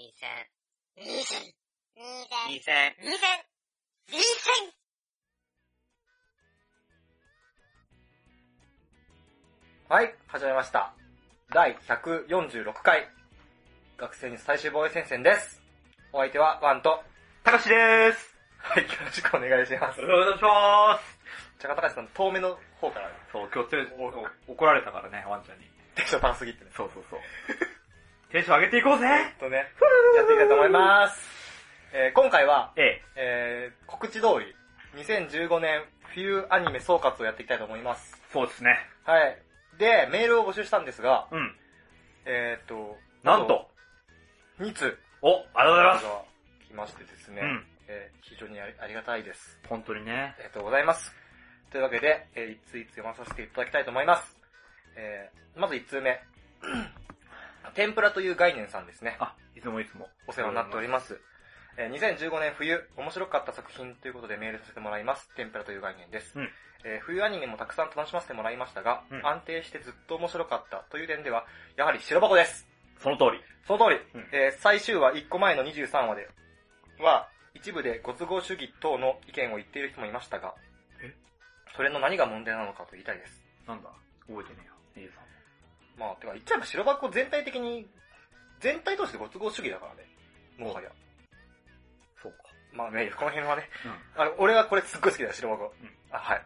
はい、始まりました。第146回、学生ニュース最終防衛戦線です。お相手はワンと、 たかしでーす。 はい、よろしくお願いします。 お願いしまーす。 じゃあ、高橋さん、遠目の方から、 そう、今日怒られたからね、ワンちゃんに。 テンション高すぎてね。 そう。テンション上げていこうぜやっていきたいと思います。今回は、 え告知通り、2015年冬アニメ総括をやっていきたいと思います。 そうですね。 はい。で、メールを募集したんですが、 うん。 なんと、2通。 お、ありがとうございます。 が来ましてですね、非常にありがたいです。 本当にね。 ありがとうございます。というわけで、一通一通読まさせていただきたいと思います。まず1通目。天ぷらという概念さんですね。 あ、いつも。 お世話になっております。2015年冬、面白かった作品ということでメールさせてもらいます。天ぷらという概念です。冬アニメもたくさん楽しませてもらいましたが、安定してずっと面白かったという点では、やはり白箱です。 その通り。 最終話1個前の23話では、一部でご都合主義等の意見を言っている人もいましたが、それの何が問題なのかと言いたいです。 なんだ覚えてねえよ、23。 まあ、てか言っちゃえば白箱全体的に、全体としてご都合主義だからね。もはや。 そうか。 まあね、この辺はね。俺はこれすっごい好きだよ、白箱。はい。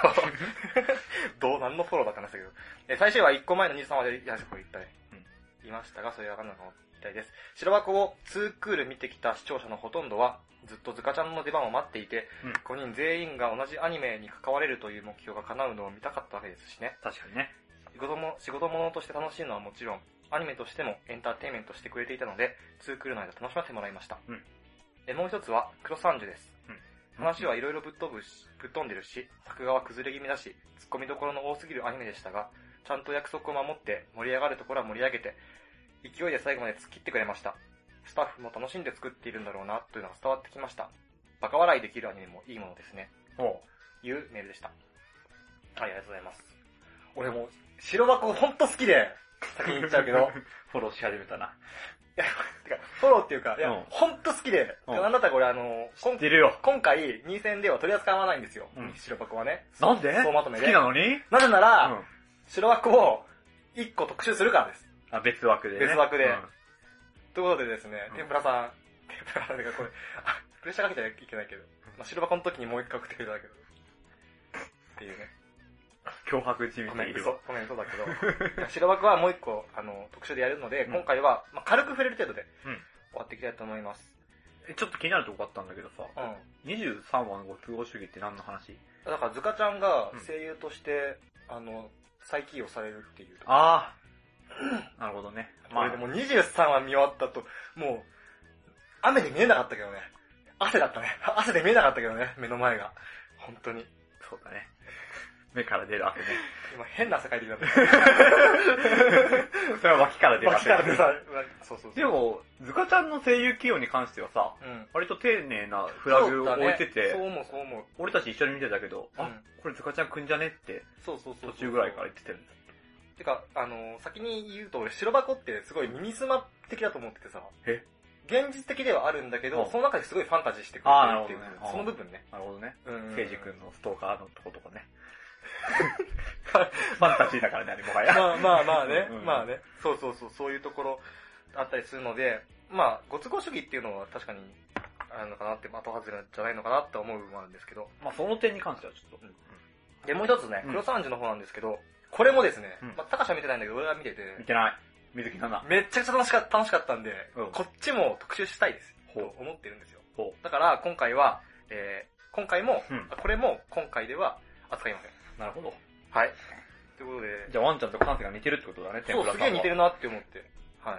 何のフォローだったんですけど。最終話1個前の23話で、これ言ったね。言いましたが、それはわかんないかもみたいです。白箱を2クール見てきた視聴者のほとんどは、ずっとズカちゃんの出番を待っていて、5人全員が同じアニメに関われるという目標が叶うのを見たかったわけですしね。 確かにね。 仕事物として楽しいのはもちろん、アニメとしてもエンターテインメントしてくれていたので、2クールの間楽しませてもらいました。もう一つは、クロサンジュです。話はいろいろぶっ飛んでるし、作画は崩れ気味だし、突っ込みどころの多すぎるアニメでしたが、ちゃんと約束を守って盛り上がるところは盛り上げて、勢いで最後まで突っ切ってくれました。スタッフも楽しんで作っているんだろうな、というのが伝わってきました。バカ笑いできるアニメもいいものですね。いうメールでした。はい、ありがとうございます。俺も、白箱ほんと好きで、先に言っちゃうけど。 フォローし始めたな。 いや、てか、フォローっていうか、ほんと好きで、なんだったらこれ知ってるよ。 今回、2戦では取り扱わないんですよ。白箱はね。 なんで総まとめで。 好きなのになぜなら、白箱を1個特集するからです。 別枠でね。 別枠で。ということでですね、天ぷらさんがこれ、プレッシャーかけちゃいけないけど、白箱の時にもう1回送ってくれたけど。っていうね。 脅迫じみたいな。 ごめん、そうだけど。白箱はもう1個、特集でやるので、今回は、軽く触れる程度で、終わっていきたいと思います。 ちょっと気になるとこあったんだけどさ、23話のご都合主義って何の話？ だから、ズカちゃんが声優として、再起用されるっていう。 ああ。なるほどね。 これでも23話見終わったと、もう、雨で見えなかったけどね。汗だったね。汗で見えなかったけどね、目の前が。本当に。 そうだね。目から出る汗ね。 今変な汗かいてきたんだよ。 それは脇から出る汗。 脇から出る汗。そう。 でも、ズカちゃんの声優起用に関してはさ、割と丁寧なフラグを置いてて、 そう思う。 俺たち一緒に見てたけど、これズカちゃんくんじゃねって、途中ぐらいから言ってたんだ。 てか、先に言うと俺白箱ってすごいミニスマ的だと思っててさ、現実的ではあるんだけど、その中ですごいファンタジーしてくれてるっていう、その部分ね。 なるほどね。聖司くんのストーカーのとことかね。ファンタジーだからね、もはや。 まあね。そういうところあったりするので、ご都合主義っていうのは確かにあるのかなって、後外れじゃないのかなって思う部分もあるんですけど。 その点に関してはちょっと。 で、もう一つね、クロサンジュの方なんですけど、これもですね、高橋は見てないんだけど、俺は見てて。 見てない。水木さんだ。 めっちゃくちゃ楽しかったんで、こっちも特集したいです。と思ってるんですよ。だから今回は、これも今回では扱いません。 なるほど。 はい。ということで。 じゃあワンちゃんと感性が似てるってことだね、 天ぷらさんは。そう、すげえ似てるなって思って。はい。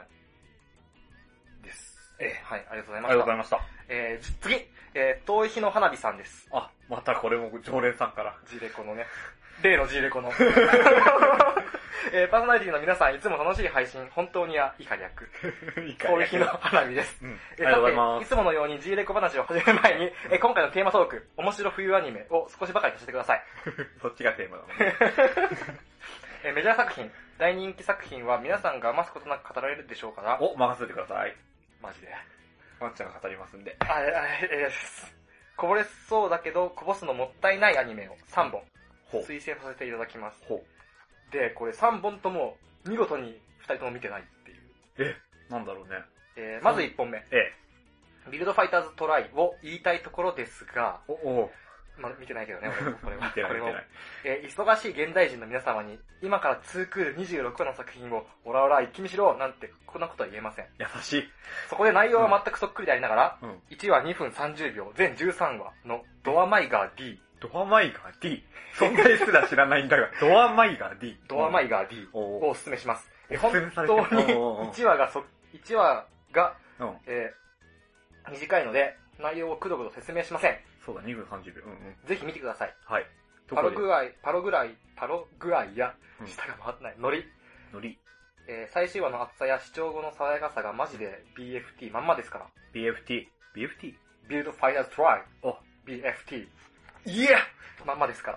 です。はい、ありがとうございました。 ありがとうございました。 次、遠い日の花火さんです。 あ、またこれも常連さんから。 G レコのね。例の G レコの。パーソナリティの皆さん、いつも楽しい配信、本当に以下略。遠い日の花火です。 ありがとうございます。 いつものように G レコ話を始める前に、今回のテーマトーク、面白冬アニメを少しばかりさせてください。 そっちがテーマだもんね。 メジャー作品、大人気作品は皆さんが余すことなく語られるでしょうから。 任せてください。 マジで。 ワンちゃんが語りますんで。 こぼれそうだけど、こぼすのもったいないアニメを3本、 ほう。 推薦させていただきます。 ほう。 で、これ3本とも、見事に2人とも見てないっていう。 なんだろうね。 まず1本目。 えビルドファイターズトライを言いたいところですが、 おまあ、見てないけどね、俺もこれは。 見てないこれも見てない。 忙しい現代人の皆様に、今から2クール26話の作品を、オラオラ一気見しろなんて、こんなことは言えません。 優しい。 そこで内容は全くそっくりでありながら、 うん。 1話2分30秒、全13話のドアマイガー D。 ドアマイガー D。存在すら知らないんだが、ドアマイガー D。 ドアマイガー D おをおすすめします。 おすすめされてる本当に1話が、 うん。 短いので、内容をくどくど説明しません。 そうだ、2分30秒。うんうん。 ぜひ見てください。 はい。 パロ具合や、 うん舌が回ってない、ノリ。 のり。 最終話の厚さや視聴後の爽やかさがマジで BFT まんまですから。 BFT。BFT? ビルドファイターズトライ。 お、 BFT。イエーまんまですから。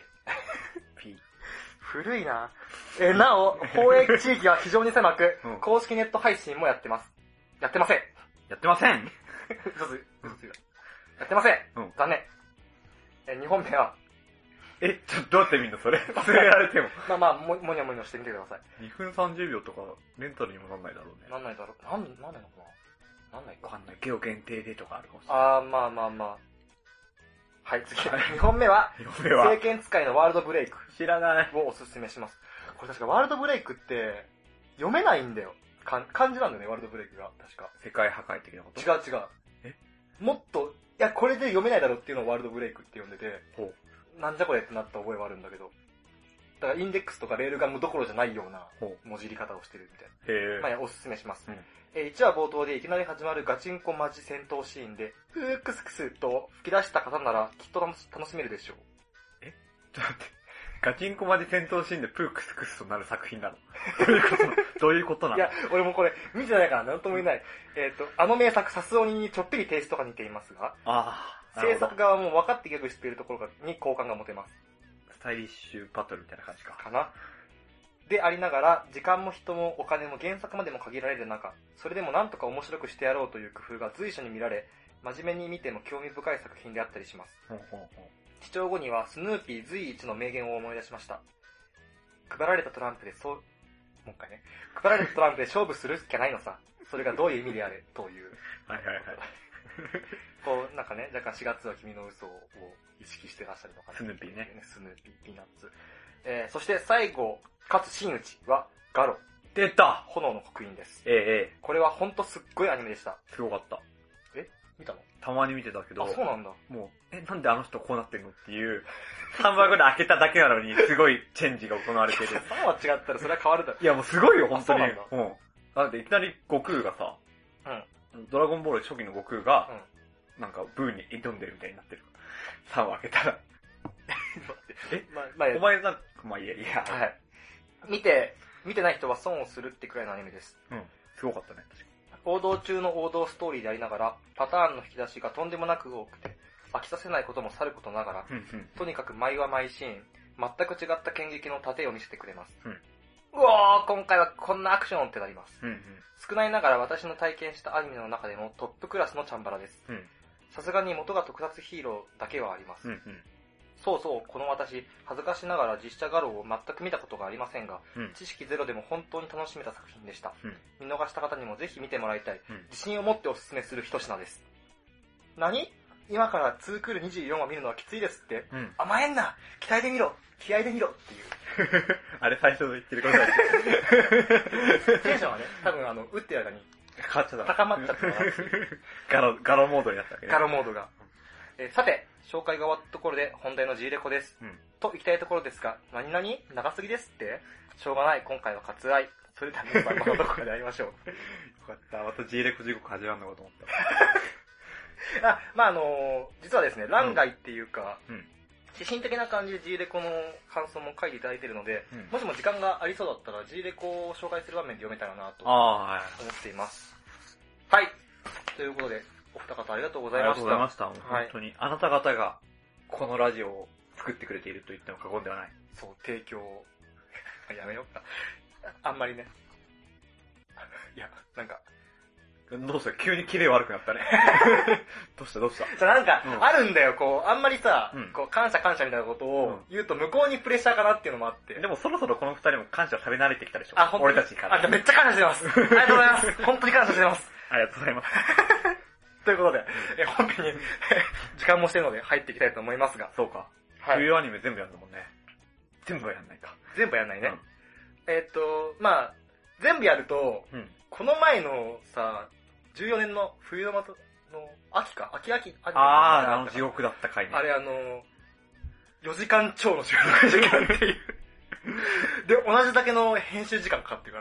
A。P。 古いな。なお、放映地域は非常に狭く、 うん公式ネット配信もやってます。やってません。 やってません。 嘘ついた。やってません。 うん残念。2本目は、 ちょっとどうやって見んのそれ。勧められても。 もにょもにょしてみてください。 2分30秒とか、レンタルにもなんないだろうね。 なんないだろう。なんないのかななんないか。 わかんない。ゲオ限定でとかあるかもしれない。 まあ。はい、次。2本目は、 2本目は聖剣使いのワールドブレイク知らない。 をおすすめします。これ確かワールドブレイクって、読めないんだよ。漢字なんだよね、ワールドブレイクが。確か。 世界破壊的なこと違う。もっと、いや、これで読めないだろっていうのをワールドブレイクって呼んでて、 ほなんじゃこれってなった覚えはあるんだけど、だからインデックスとかレールガンどころじゃないようなほ文字り方をしてるみたいな。 へまあ、おすすめします。 うん 1話冒頭でいきなり始まるガチンコマジ戦闘シーンで、ふークスクスと吹き出した方ならきっと楽しめるでしょう。 ちょっと待って。ガチンコマジ戦闘シーンでプークスクスとなる作品なの。どういうことなのいや、俺もこれ見てないからなんとも言えない。あの名作、サスオニにちょっぴりテイストが似ていますが、 ああ、 制作側も分かってギャグしているところに好感が持てます。 スタイリッシュバトルみたいな感じか。 かな。でありながら、時間も人もお金も原作までも限られる中、それでもなんとか面白くしてやろうという工夫が随所に見られ、真面目に見ても興味深い作品であったりします。 ほうほうほう。 視聴後にはスヌーピー随一の名言を思い出しました。配られたトランプでもう一回ね。配られたトランプで勝負するっきゃないのさ。それがどういう意味であれ、という。 はいはいはい。 こう、なんかね、若干4月は君の嘘を意識してらっしゃるのかな。 スヌーピーね。 スヌーピー、ピーナッツ。そして最後、かつ真打ちは、ガロ。 出た炎の刻印です。これはほんとすっごいアニメでした。 すごかった。 見たの？ たまに見てたけど。 あ、そうなんだ。 もう、なんであの人こうなってんのっていう、3話ぐらい開けただけなのに、すごいチェンジが行われてる。 3話違ったらそれは変わるだろ。 いやもうすごいよ、本当に。 あそうなんだ。 だっていきなり悟空がさ、ドラゴンボール初期の悟空が、なんかブーに挑んでるみたいになってる。3話開けたら。お前なんか、まあいいや。 はい。見てない人は損をするってくらいのアニメです。 すごかったね、確かに。 王道中の王道ストーリーでありながら、パターンの引き出しがとんでもなく多くて、飽きさせないこともさることながら、とにかく毎話毎シーン、全く違った剣撃の盾を見せてくれます。うわー、今回はこんなアクションってなります。少ないながら私の体験したアニメの中でもトップクラスのチャンバラです。さすがに元が特撮ヒーローだけはあります。そうそう、この私、恥ずかしながら実写画廊を全く見たことがありませんが、知識ゼロでも本当に楽しめた作品でした。見逃した方にもぜひ見てもらいたい。自信を持っておすすめする一品です。何？今から2クール24話見るのはきついですって、甘えんな、期待で見ろ、気合で見ろっていう。 あれ最初の言ってることだけテンションはね、多分打ってる間に高まっちゃったなっていう。 ガロモードになったわけね。 ガロモードが。さて、紹介が終わったところで本題の G レコです。と行きたいところですが、何々長すぎですってしょうがない、今回は割愛。それでは皆さん、このところで会いましょう。 よかった、また G レコ地獄始まるのかと思った。 実はですね、欄外っていうか、指針的な感じで G レコの感想も書いていただいているので、もしも時間がありそうだったら G レコを紹介する場面で読めたらなと思っています。はい。ということで、お二方ありがとうございました。 ありがとうございました。本当に、あなた方がこのラジオを作ってくれていると言っても過言ではない。 そう、提供をやめようか。あんまりね。いや、なんか、 どうした急にキレ悪くなったね。どうしたじゃあなんか、あるんだよ、こう、あんまりさ、こう、感謝みたいなことを言うと向こうにプレッシャーかなっていうのもあって。 でもそろそろこの二人も感謝され慣れてきたでしょ。 俺たちから。 じゃあめっちゃ感謝してます。ありがとうございます。本当に感謝してます。 ありがとうございます。 ということで、本編に時間もしてるので入っていきたいと思いますが。 そうか。冬アニメ全部やるんだもんね。全部はやんないか。 全部やんないね。まあ全部やると、この前のさ、14年の冬の秋アニメ。 地獄だった回ね。 あれ4時間超の収録時間っていう。で、同じだけの編集時間かかってるから、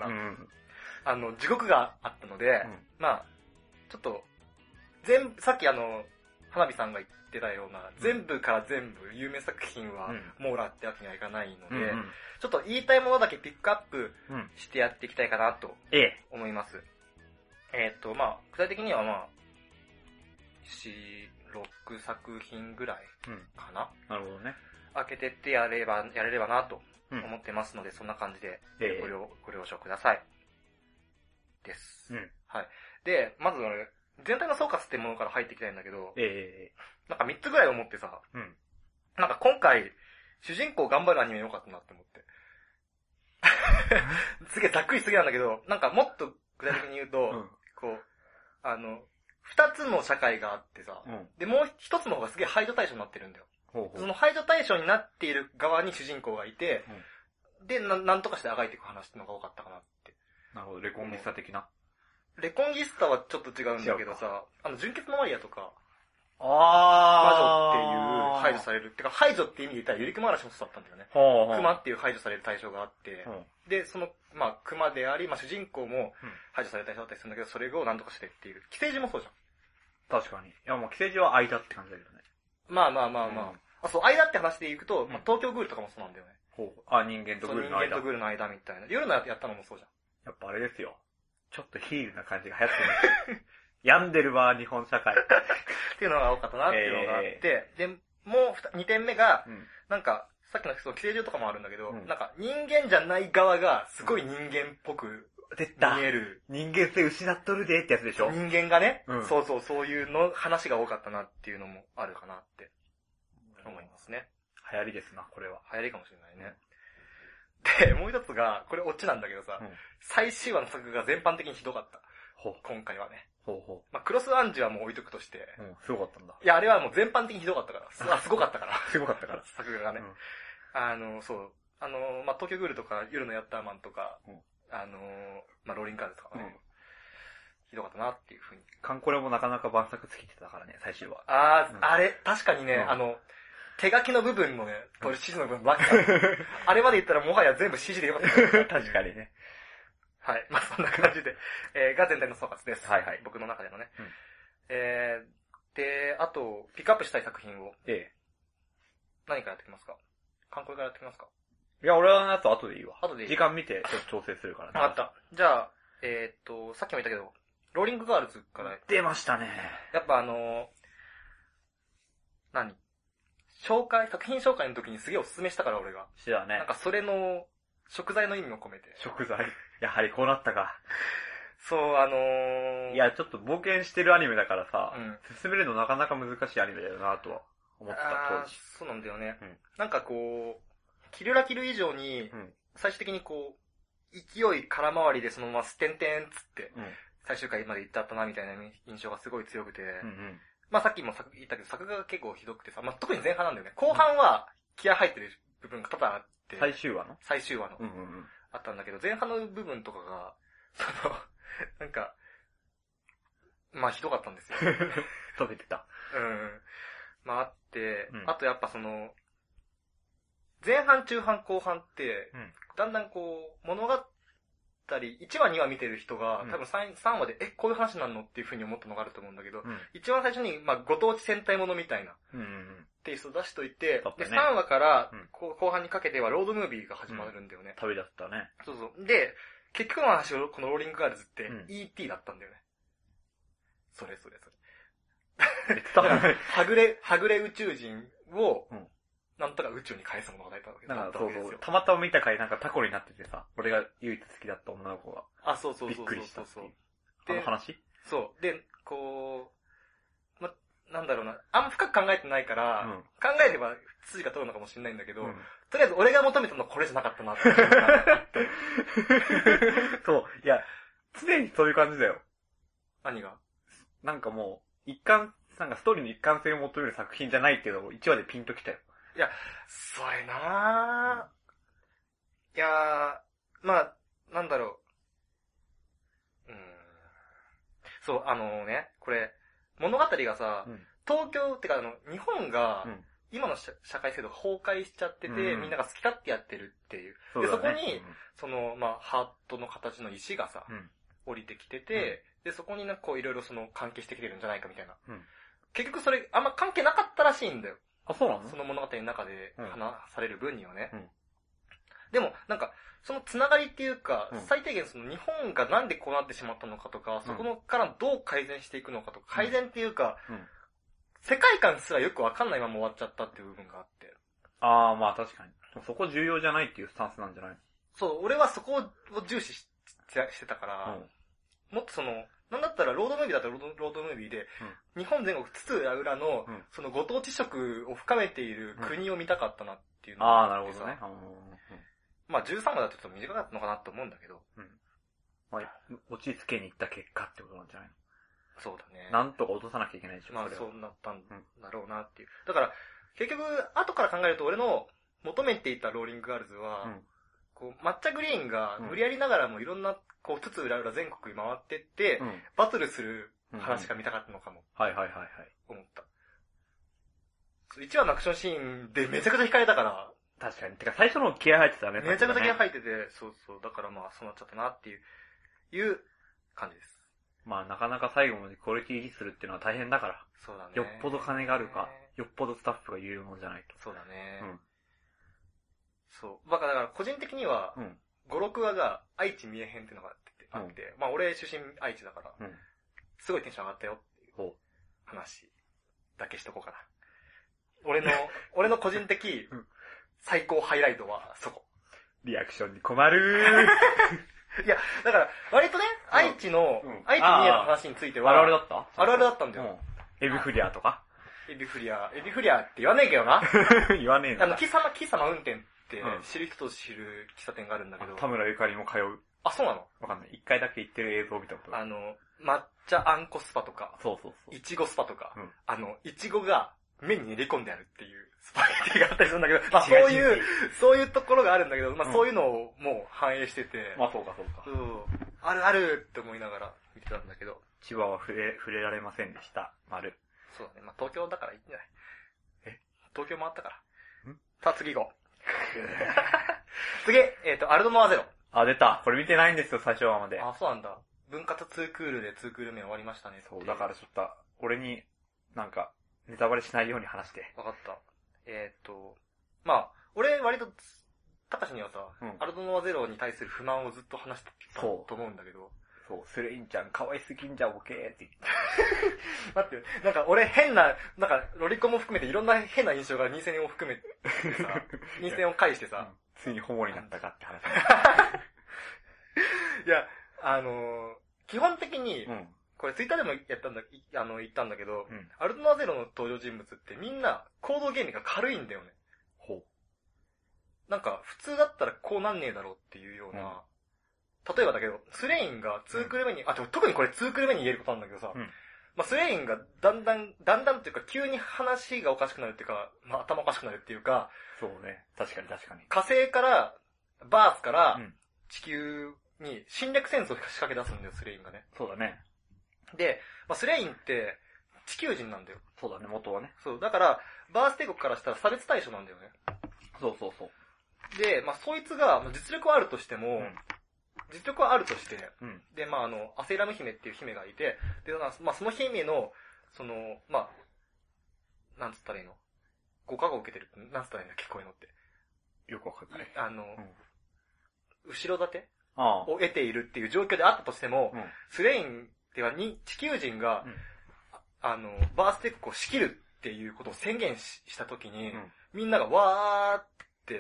地獄があったので、まあちょっと、さっき花火さんが言ってたような、全部から全部有名作品は網羅ってわけにはいかないので、ちょっと言いたいものだけピックアップしてやっていきたいかなと思います。まあ具体的にはまあ、6作品ぐらいかな。 なるほどね。 開けてってやれればなと思ってますので、そんな感じでご了承ください。です。はい。で、まず全体の総括ってものから入っていきたいんだけど、なんか3つぐらい思ってさ、なんか今回、主人公頑張るアニメ良かったなって思って。すげえざっくりしすぎなんだけど、なんかもっと具体的に言うと、こう、2つの社会があってさ、で、もう1つの方がすげえ排除対象になってるんだよ。その排除対象になっている側に主人公がいて、で、なんとかしてあがいていく話ってのが多かったかなって。 なるほど、レコンギスタ的な。 レコンギスタはちょっと違うんだけどさ、純潔のマリアとか、魔女っていう排除される。ってか、排除って意味で言ったらゆりくま嵐もそうだったんだよね。熊っていう排除される対象があって、で、その、まあ、熊であり、まあ、主人公も排除される対象だったりするんだけど、それを何とかしてっていう。寄生獣もそうじゃん。 確かに。いや、もう寄生獣は間って感じだけどね。 まあ。そう、間って話でいくと、東京グールとかもそうなんだよね。 人間とグールの間。 人間とグールの間みたいな。夜のやったのもそうじゃん。 やっぱあれですよ。ちょっとヒールな感じが流行ってる。病んでるわ、日本社会。 っていうのが多かったなっていうのがあって、で、もう2点目が、なんか、さっきの寄生獣とかもあるんだけど、なんか人間じゃない側がすごい人間っぽく見える。 人間性失っとるでってやつでしょ。 人間がね、そういうの話が多かったなっていうのもあるかなって思いますね。 流行りですな、これは。 流行りかもしれないね。で、もう一つが、これオチなんだけどさ、最終話の作画が全般的にひどかった。今回はね。まあ、クロスアンジュはもう置いとくとして。 すごかったんだ。 いや、あれはもう全般的にひどかったから。すごかったから。 すごかったから。 作画がね。そう。まあ、東京グールとか、夜のヤッターマンとか、まあ、ローリンカーズとかね。ひどかったなっていうふうに。 カンコレもなかなか晩作尽きてたからね、最終話。 あれ、確かにね、手書きの部分のね、これ指示の部分ばっかあれまで言ったらもはや全部指示でよかった。 確かにね。 はい。まあ、そんな感じで、が全体の総括です。 はいはい。 僕の中でのね。で、あと、ピックアップしたい作品を。何からやってきますか？観光からやってきますか？ いや、俺は後でいいわ。 後でいい。 時間見て、ちょっと調整するからね。 わかった。じゃあ、さっきも言ったけど、ローリングガールズから。 出ましたね。 やっぱ作品紹介の時にすげえおすすめしたから俺が。 してたね。 なんかそれの、食材の意味も込めて。 食材やはりこうなったか。 そう、 いや、ちょっと冒険してるアニメだからさ、進めるのなかなか難しいアニメだよなとは思ってた、当時。 そうなんだよね。なんかこう、キルラキル以上に、最終的にこう、勢い空回りでそのままステンテンつって、最終回まで行っちゃったなみたいな印象がすごい強くて、まあさっきも言ったけど、作画が結構ひどくてさ、まあ特に前半なんだよね。後半は気合入ってる部分が多々あって、 最終話のあったんだけど、前半の部分とかが、なんか、まあひどかったんですよ。 飛べてた。 まああって、あとやっぱ前半中半後半って、だんだんこう、物語、1話2話見てる人が、多分3話で、こういう話になるのっていう風に思ったのがあると思うんだけど、一番最初に、まあご当地戦隊ものみたいな、テイスト出しといて、で、3話から後半にかけてはロードムービーが始まるんだよね。 旅だったね。 そう。で、結局の話をこのローリングガールズって ET だったんだよね。それ。はぐれ宇宙人を、なんとか宇宙に返す物語だったわけですよ。 たまたま見た回なんかタコになっててさ、俺が唯一好きだった女の子が。 そう。 びっくりしたっていう。あの話？ そう。で、こう、なんだろうな、あんま深く考えてないから、うん、考えれば筋が通るのかもしれないんだけど、うん、とりあえず俺が求めたのはこれじゃなかったなって。 そう。いや、常にそういう感じだよ。 何が？ なんかもう、なんかストーリーの一貫性を求める作品じゃないっていうのを1話でピンときたよ。 いや、それなぁ。いやー、まあ、なんだろう。そう、これ、物語がさ、うん、東京ってか日本が、うん、今の社会制度が崩壊しちゃってて、うん、みんなが好き勝手やってるっていう。で、そこに、ハートの形の石がさ、降りてきてて、で、そこになんかこういろいろ関係してきてるんじゃないかみたいな。結局それ、あんま関係なかったらしいんだよ。 あ、そうなの？ その物語の中で話される分にはね。でも、なんか、そのつながりっていうか、最低限日本がなんでこうなってしまったのかとか、そこからどう改善していくのかとか、改善っていうか、世界観すらよくわかんないまま終わっちゃったっていう部分があって。 ああ、まあ確かに。そこ重要じゃないっていうスタンスなんじゃない？ そう、俺はそこを重視してたから、もっとなんだったらロードムービーだったらロードムービーで、日本全国津々浦々の、ご当地色を深めている国を見たかったなっていうのがあって。ああ、なるほどね。 まあ13話だとちょっと短かったのかなと思うんだけど。 まあ、落ち着けに行った結果ってことなんじゃないの？ そうだね。 なんとか落とさなきゃいけないでしょ。 まあそうなったんだろうなっていう。だから、結局、後から考えると俺の求めていたローリングガールズは、抹茶グリーンが無理やりながらもいろんな、津々浦々全国に回ってって、バトルする話が見たかったのかも。 はいはいはいはい。 思った。1話のアクションシーンでめちゃくちゃ惹かれたから。 確かに。てか最初の気合入ってたね。 めちゃくちゃ気合入ってて、そうそう。だからまあそうなっちゃったなっていう感じです。 まあなかなか最後までクオリティ維持するっていうのは大変だから。 そうだね。 よっぽど金があるか、よっぽどスタッフが有能じゃないと。 そうだね。そう。だから個人的には、5、6話が愛知三重編っていうのがあって、まあ俺出身愛知だから、すごいテンション上がったよっていう話だけしとこうかな。俺の個人的最高ハイライトはそこ。 リアクションに困るいや、だから、割とね、愛知三重の話については、 あるあるだった？ あるあるだったんだよ。 エビフリアとか？ エビフリアって言わねえけどな。 言わねえんだ。 貴様運転って知る人と知る喫茶店があるんだけど。 田村ゆかりも通う。 あ、そうなの？ わかんない。一回だけ行ってる映像を見たことある。 抹茶あんこスパとか、 そういちごスパとか、いちごが麺に練り込んであるっていうスパゲティがあったりするんだけど、まあそういうところがあるんだけど、まあそういうのをもう反映してて。 まあそうか。 あるあるって思いながら見てたんだけど。 千葉は触れられませんでした。丸。 そうだね。まあ東京だからいいんじゃない？東京回ったから。さあ次行こう。次、アルドノアゼロ。 あ、出た。これ見てないんですよ、最初話まで。 あ、そうなんだ。分割2クールで2クール目終わりましたね。 そう、だからちょっと、俺に、なんか、ネタバレしないように話して。 わかった。まあ、俺割と、高橋にはさ、アルドノアゼロに対する不満をずっと話してたと思うんだけど。 そう、スレインちゃん可愛すぎんじゃん、ボケーって言って。 待って、なんか俺変な、なんかロリコンも含めていろんな変な印象が2戦を含めてさ、2戦を返してさ、 ついにホモになったかって話。 いや、基本的に、これツイッターでも言ったんだけど、アルドノアゼロの登場人物ってみんな行動原理が軽いんだよね。なんか普通だったらこうなんねえだろうっていうような、例えばだけど、スレインが2クール目に、特にこれ2クール目に言えることなんだけどさ、まあスレインがだんだんっていうか急に話がおかしくなるっていうか、まあ頭おかしくなるっていうか、 そうね。確かに。 火星から、バースから、地球に侵略戦争を仕掛け出すんだよ、スレインがね。 そうだね。 で、まあスレインって地球人なんだよ。 そうだね、元はね。 そう、だから、バース帝国からしたら差別対象なんだよね。 そう。 で、まあそいつが実力はあるとしても、で、まあアセイラム姫っていう姫がいて、で、まあその姫の、まあ、なんつったらいいの？ご加護を受けてるって、なんつったらいいんだっけ、こういうのって。 よくわかんない。 後ろ盾を得ているっていう状況であったとしても、スレインでは地球人が、バーステックを仕切るっていうことを宣言したときに、みんながわーって、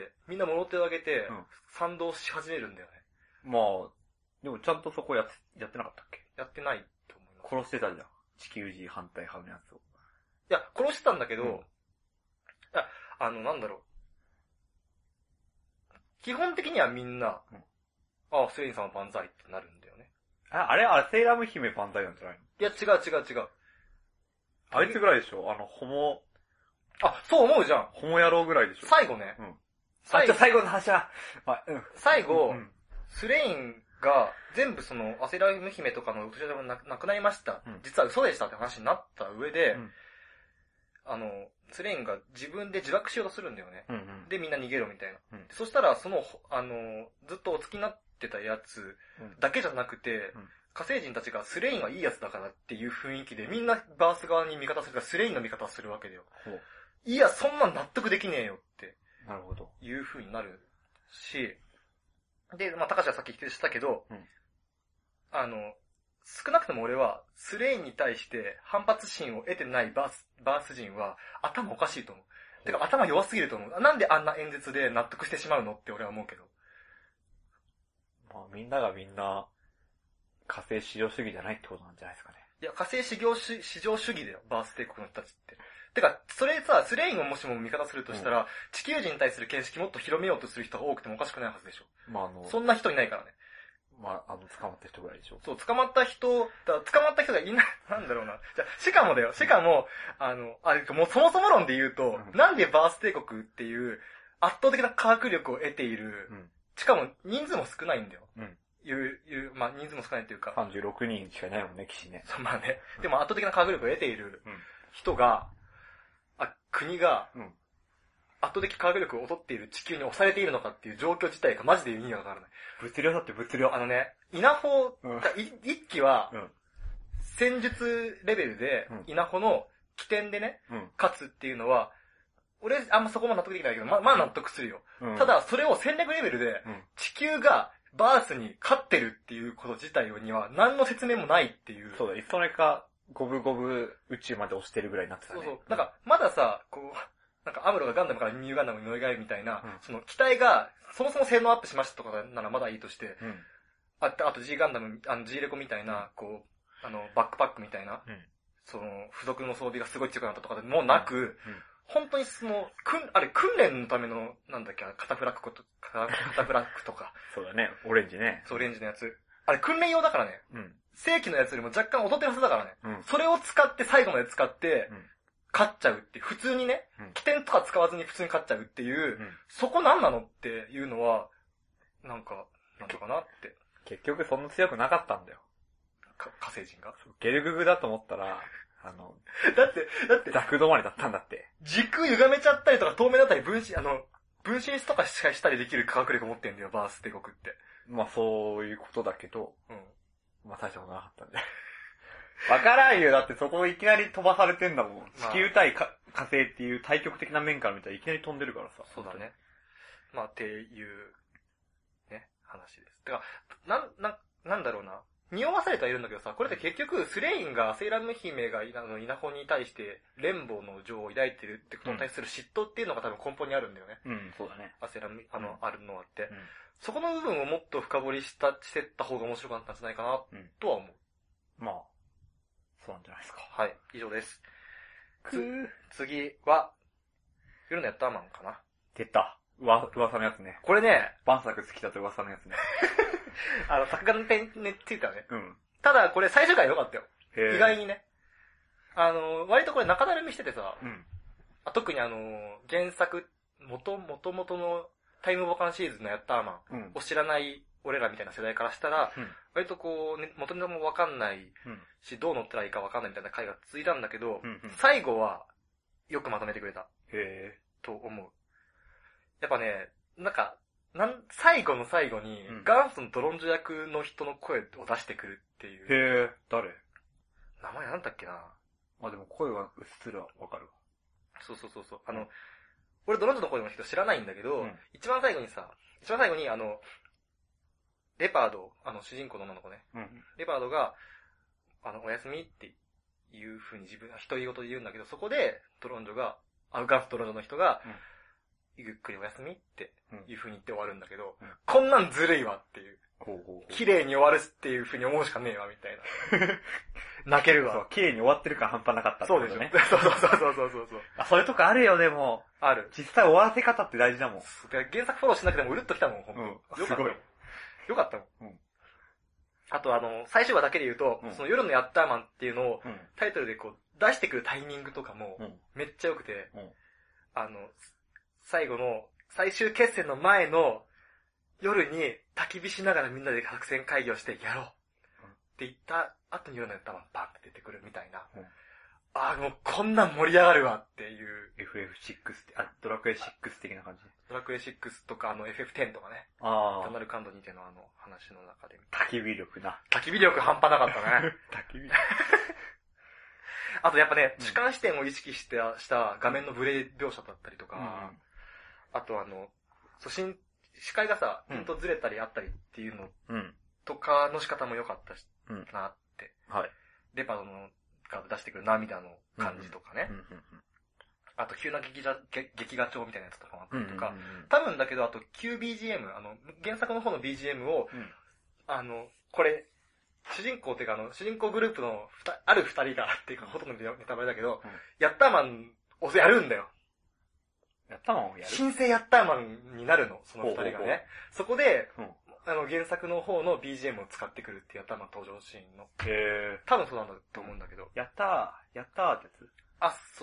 みんな物手を挙げて、賛同し始めるんだよね。 まあ、でもちゃんとそこやってなかったっけ？ やってないと思い殺してたじゃん。地球人反対派のやつを。 いや、殺してたんだけど、なんだろう。基本的にはみんな、スレイン様万歳ってなるんだよね。 あれセーラーム姫万歳なんじゃないの？ いや、違う。 あいつぐらいでしょ？ そう思うじゃん。 ホモ野郎ぐらいでしょ？ 最後ね。 最後の話は、 最後、スレインが全部アセラム姫とかの年玉なくなりました。実は嘘でしたって話になった上で、スレインが自分で自爆しようとするんだよね。で、みんな逃げろみたいな。そしたら、ずっとお付きになってたやつだけじゃなくて、火星人たちがスレインはいいやつだからっていう雰囲気で、みんなバース側に味方するから、スレインの味方するわけだよ。いや、そんなん納得できねえよって。 なるほど。 いう風になるし、で、高橋はさっき否定したけど、少なくとも俺は、スレインに対して反発心を得てないバース人は、頭おかしいと思う。てか、頭弱すぎると思う。なんであんな演説で納得してしまうのって俺は思うけど。 みんながみんな、火星至上主義じゃないってことなんじゃないですかね。 いや、火星至上主義だよ、バース帝国の人たちって。てか、それさ、スレインをもしも味方するとしたら、地球人に対する見識もっと広めようとする人が多くてもおかしくないはずでしょ。そんな人いないからね。 捕まった人ぐらいでしょ。 そう、捕まった人がいない、なんだろうな。じゃしかも、もうそもそも論で言うと、なんでバース帝国っていう圧倒的な科学力を得ている、しかも人数も少ないんだよ。人数も少ないっていうか。 36人しかいないもんね、騎士ね。 そう、でも圧倒的な科学力を得ている人が、国が、圧倒的科学力を劣っている地球に押されているのかっていう状況自体がマジで意味がわからない。 物量だって物量。 稲穂が、一機は、戦術レベルで、稲穂の起点でね、勝つっていうのは、俺、あんまそこも納得できないけど、納得するよ。ただ、それを戦略レベルで、地球がバースに勝ってるっていうこと自体には、何の説明もないっていう。 そうだ、それか、五分宇宙まで押してるぐらいになってたね。 そう。まださ、アムロがガンダムからニューガンダムに乗り換えるみたいな、機体が、そもそも性能アップしましたとかならまだいいとして、あと G ガンダム、G レコみたいな、バックパックみたいな、付属の装備がすごい強くなったとかでもなく、本当に訓練のための、カタフラックとか。 そうだね、オレンジね。 そう、オレンジのやつ。あれ訓練用だからね。正規のやつよりも若干劣ってるはずだからね。それを使って、最後まで使って、勝っちゃうっていう、普通にね、起点とか使わずに普通に勝っちゃうっていう、そこなんなのっていうのは、なんとかなって。 結局そんな強くなかったんだよ。 火星人が。 ゲルググだと思ったら、 だって、 ザク止まりだったんだって。 軸歪めちゃったりとか透明だったり分身とかしたりできる科学力持ってんだよ、バース帝国って。 そういうことだけど、大したことなかったんで。わからんよ。だってそこいきなり飛ばされてんだもん。地球対火星っていう対極的な面から見たらいきなり飛んでるからさ。 そうだね。っていう、ね、話です。てか、なんだろうな。匂わされてはいるんだけどさ、これって結局、スレインがセーラーム姫が稲穂に対して連邦の情を抱いてるってことに対する嫉妬っていうのが多分根本にあるんだよね。 そうだね。 セーラーム、あるのはって。そこの部分をもっと深掘りしてった方が面白かったんじゃないかな、とは思う。 そうなんじゃないですか。 はい、以上です。次は、夜のヤッターマンかな。 出た。噂のやつね。 これね、 万作尽きたと噂のやつね。 作画の点ね、ついたね。ただ、これ最初から良かったよ。意外にね。割とこれ中だるみしててさ、特に原作、元々のタイムボカンシリーズのヤッターマンを知らない俺らみたいな世代からしたら、割と元ネタもわかんないし、どう乗ったらいいかわかんないみたいな回が続いたんだけど、最後はよくまとめてくれた。と思う。やっぱね、最後の最後に、元祖のドロンジョ役の人の声を出してくるっていう。 誰？ 名前なんだっけな。 でも声はうっすらわかるわ。 そう。俺ドロンジョの声の人知らないんだけど、一番最後にレパード、主人公の女の子ね。レパードが、おやすみっていう風に自分が独り言で言うんだけど、そこで、ドロンジョが、元祖ドロンジョの人が、 ゆっくりお休みっていう風に言って終わるんだけど、 うん、 こんなんずるいわっていう。 ほうほうほう、 綺麗に終わるっていう風に思うしかねえわ、みたいな。泣けるわ。 そう、綺麗に終わってるから半端なかったってことね。 そうそうそう。 あ、そういうとこあるよ、でも。 ある。 実際終わらせ方って大事だもん。 原作フォローしなくてもうるっときたもん、ほんと。 すごい。 よかったもん。あと最終話だけで言うと、その夜のヤッターマンっていうのを、タイトルでこう、出してくるタイミングとかも、めっちゃ良くて、最後の、最終決戦の前の夜に焚き火しながらみんなで作戦会議をしてやろうって言った後に夜のヤッターマンバンって出てくるみたいな。もうこんなん盛り上がるわっていう。 FF6 ドラクエ6的な感じ。 ドラクエ6とかFF10 とかね。 ああ。 ジャナルカンドにての話の中で。 焚き火力な。 焚き火力半端なかったね。 焚き火力。 あとやっぱね、主観視点を意識した画面のブレ描写だったりとか、あと視界がさ、ピンとずれたりあったりっていうのとかの仕方も良かったし、なって。 はい。 レパードのが出してくる涙の感じとかね。あと急な劇画調みたいなやつとかもあったりとか、多分だけどあと旧 BGM、原作の方の BGM を、これ、主人公っていうか主人公グループのある二人がっていうかほとんどネタバレだけど、ヤッターマンをやるんだよ。 ヤッターマンをやる？ 新生ヤッターマンになるの、その二人がね。そこで、原作の方の BGM を使ってくるってヤッターマン登場シーンの。多分そうなんだと思うんだけど。 やったーってやつ？ あ、そう。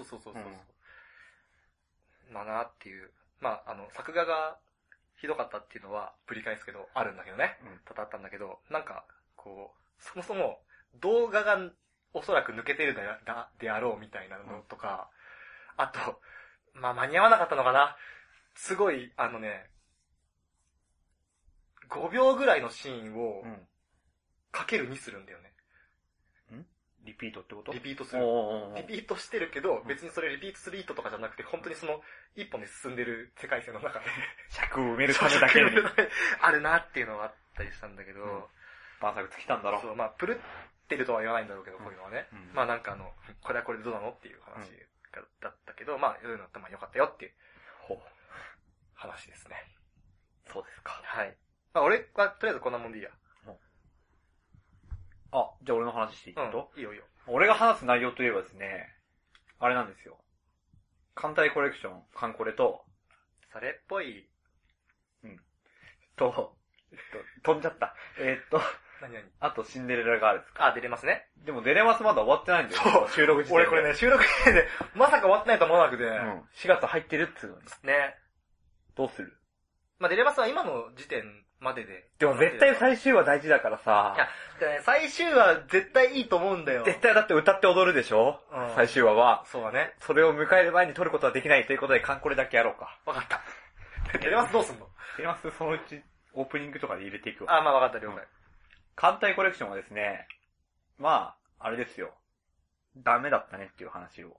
まあなっていう。まあ、作画がひどかったっていうのはぶり返すけど、あるんだけどね。多々あったんだけど、なんか、こう、そもそも動画がおそらく抜けてるであろうみたいなのとか、あと、まあ間に合わなかったのかな。すごい、5秒ぐらいのシーンを、かける2するんだよね。 リピートってこと？ リピートする。リピートしてるけど、別にそれリピートする意図とかじゃなくて、本当にその、一本で進んでる世界線の中で、 尺を埋めるためだけに。 あるなっていうのがあったりしたんだけど、 晩作尽きたんだろう。 そう、まあ、プルってるとは言わないんだろうけど、こういうのはね。まあなんかこれはこれでどうなのっていう話だったけど、まあ、そういうのってまあ良かったよっていう、話ですね。 そうですか。 はい。まあ俺はとりあえずこんなもんでいいや。 じゃあ俺の話していいと？ いいよ。 俺が話す内容といえばですね、あれなんですよ。艦隊コレクション、カンコレと、 それっぽい。 飛んじゃった。 何あとシンデレラガールズか。 出れますね。 でもデレマスまだ終わってないんだよ。 そう。 収録時点で。 俺これね、収録時点で、まさか終わってないと思わなくて。 4月入ってるっつうのに。 ね。 どうする？ まあ、デレマスは今の時点までで。 でも絶対最終話大事だからさ。 いや、最終話絶対いいと思うんだよ。 絶対だって歌って踊るでしょ？最終話は。 そうだね。 それを迎える前に撮ることはできないということでカンコレだけやろうか。 わかった。デレマスどうすんの？ デレマスそのうちオープニングとかで入れていくわ。まあわかった、了解。 艦隊コレクションはですね、まあ、あれですよ。ダメだったねっていう話を。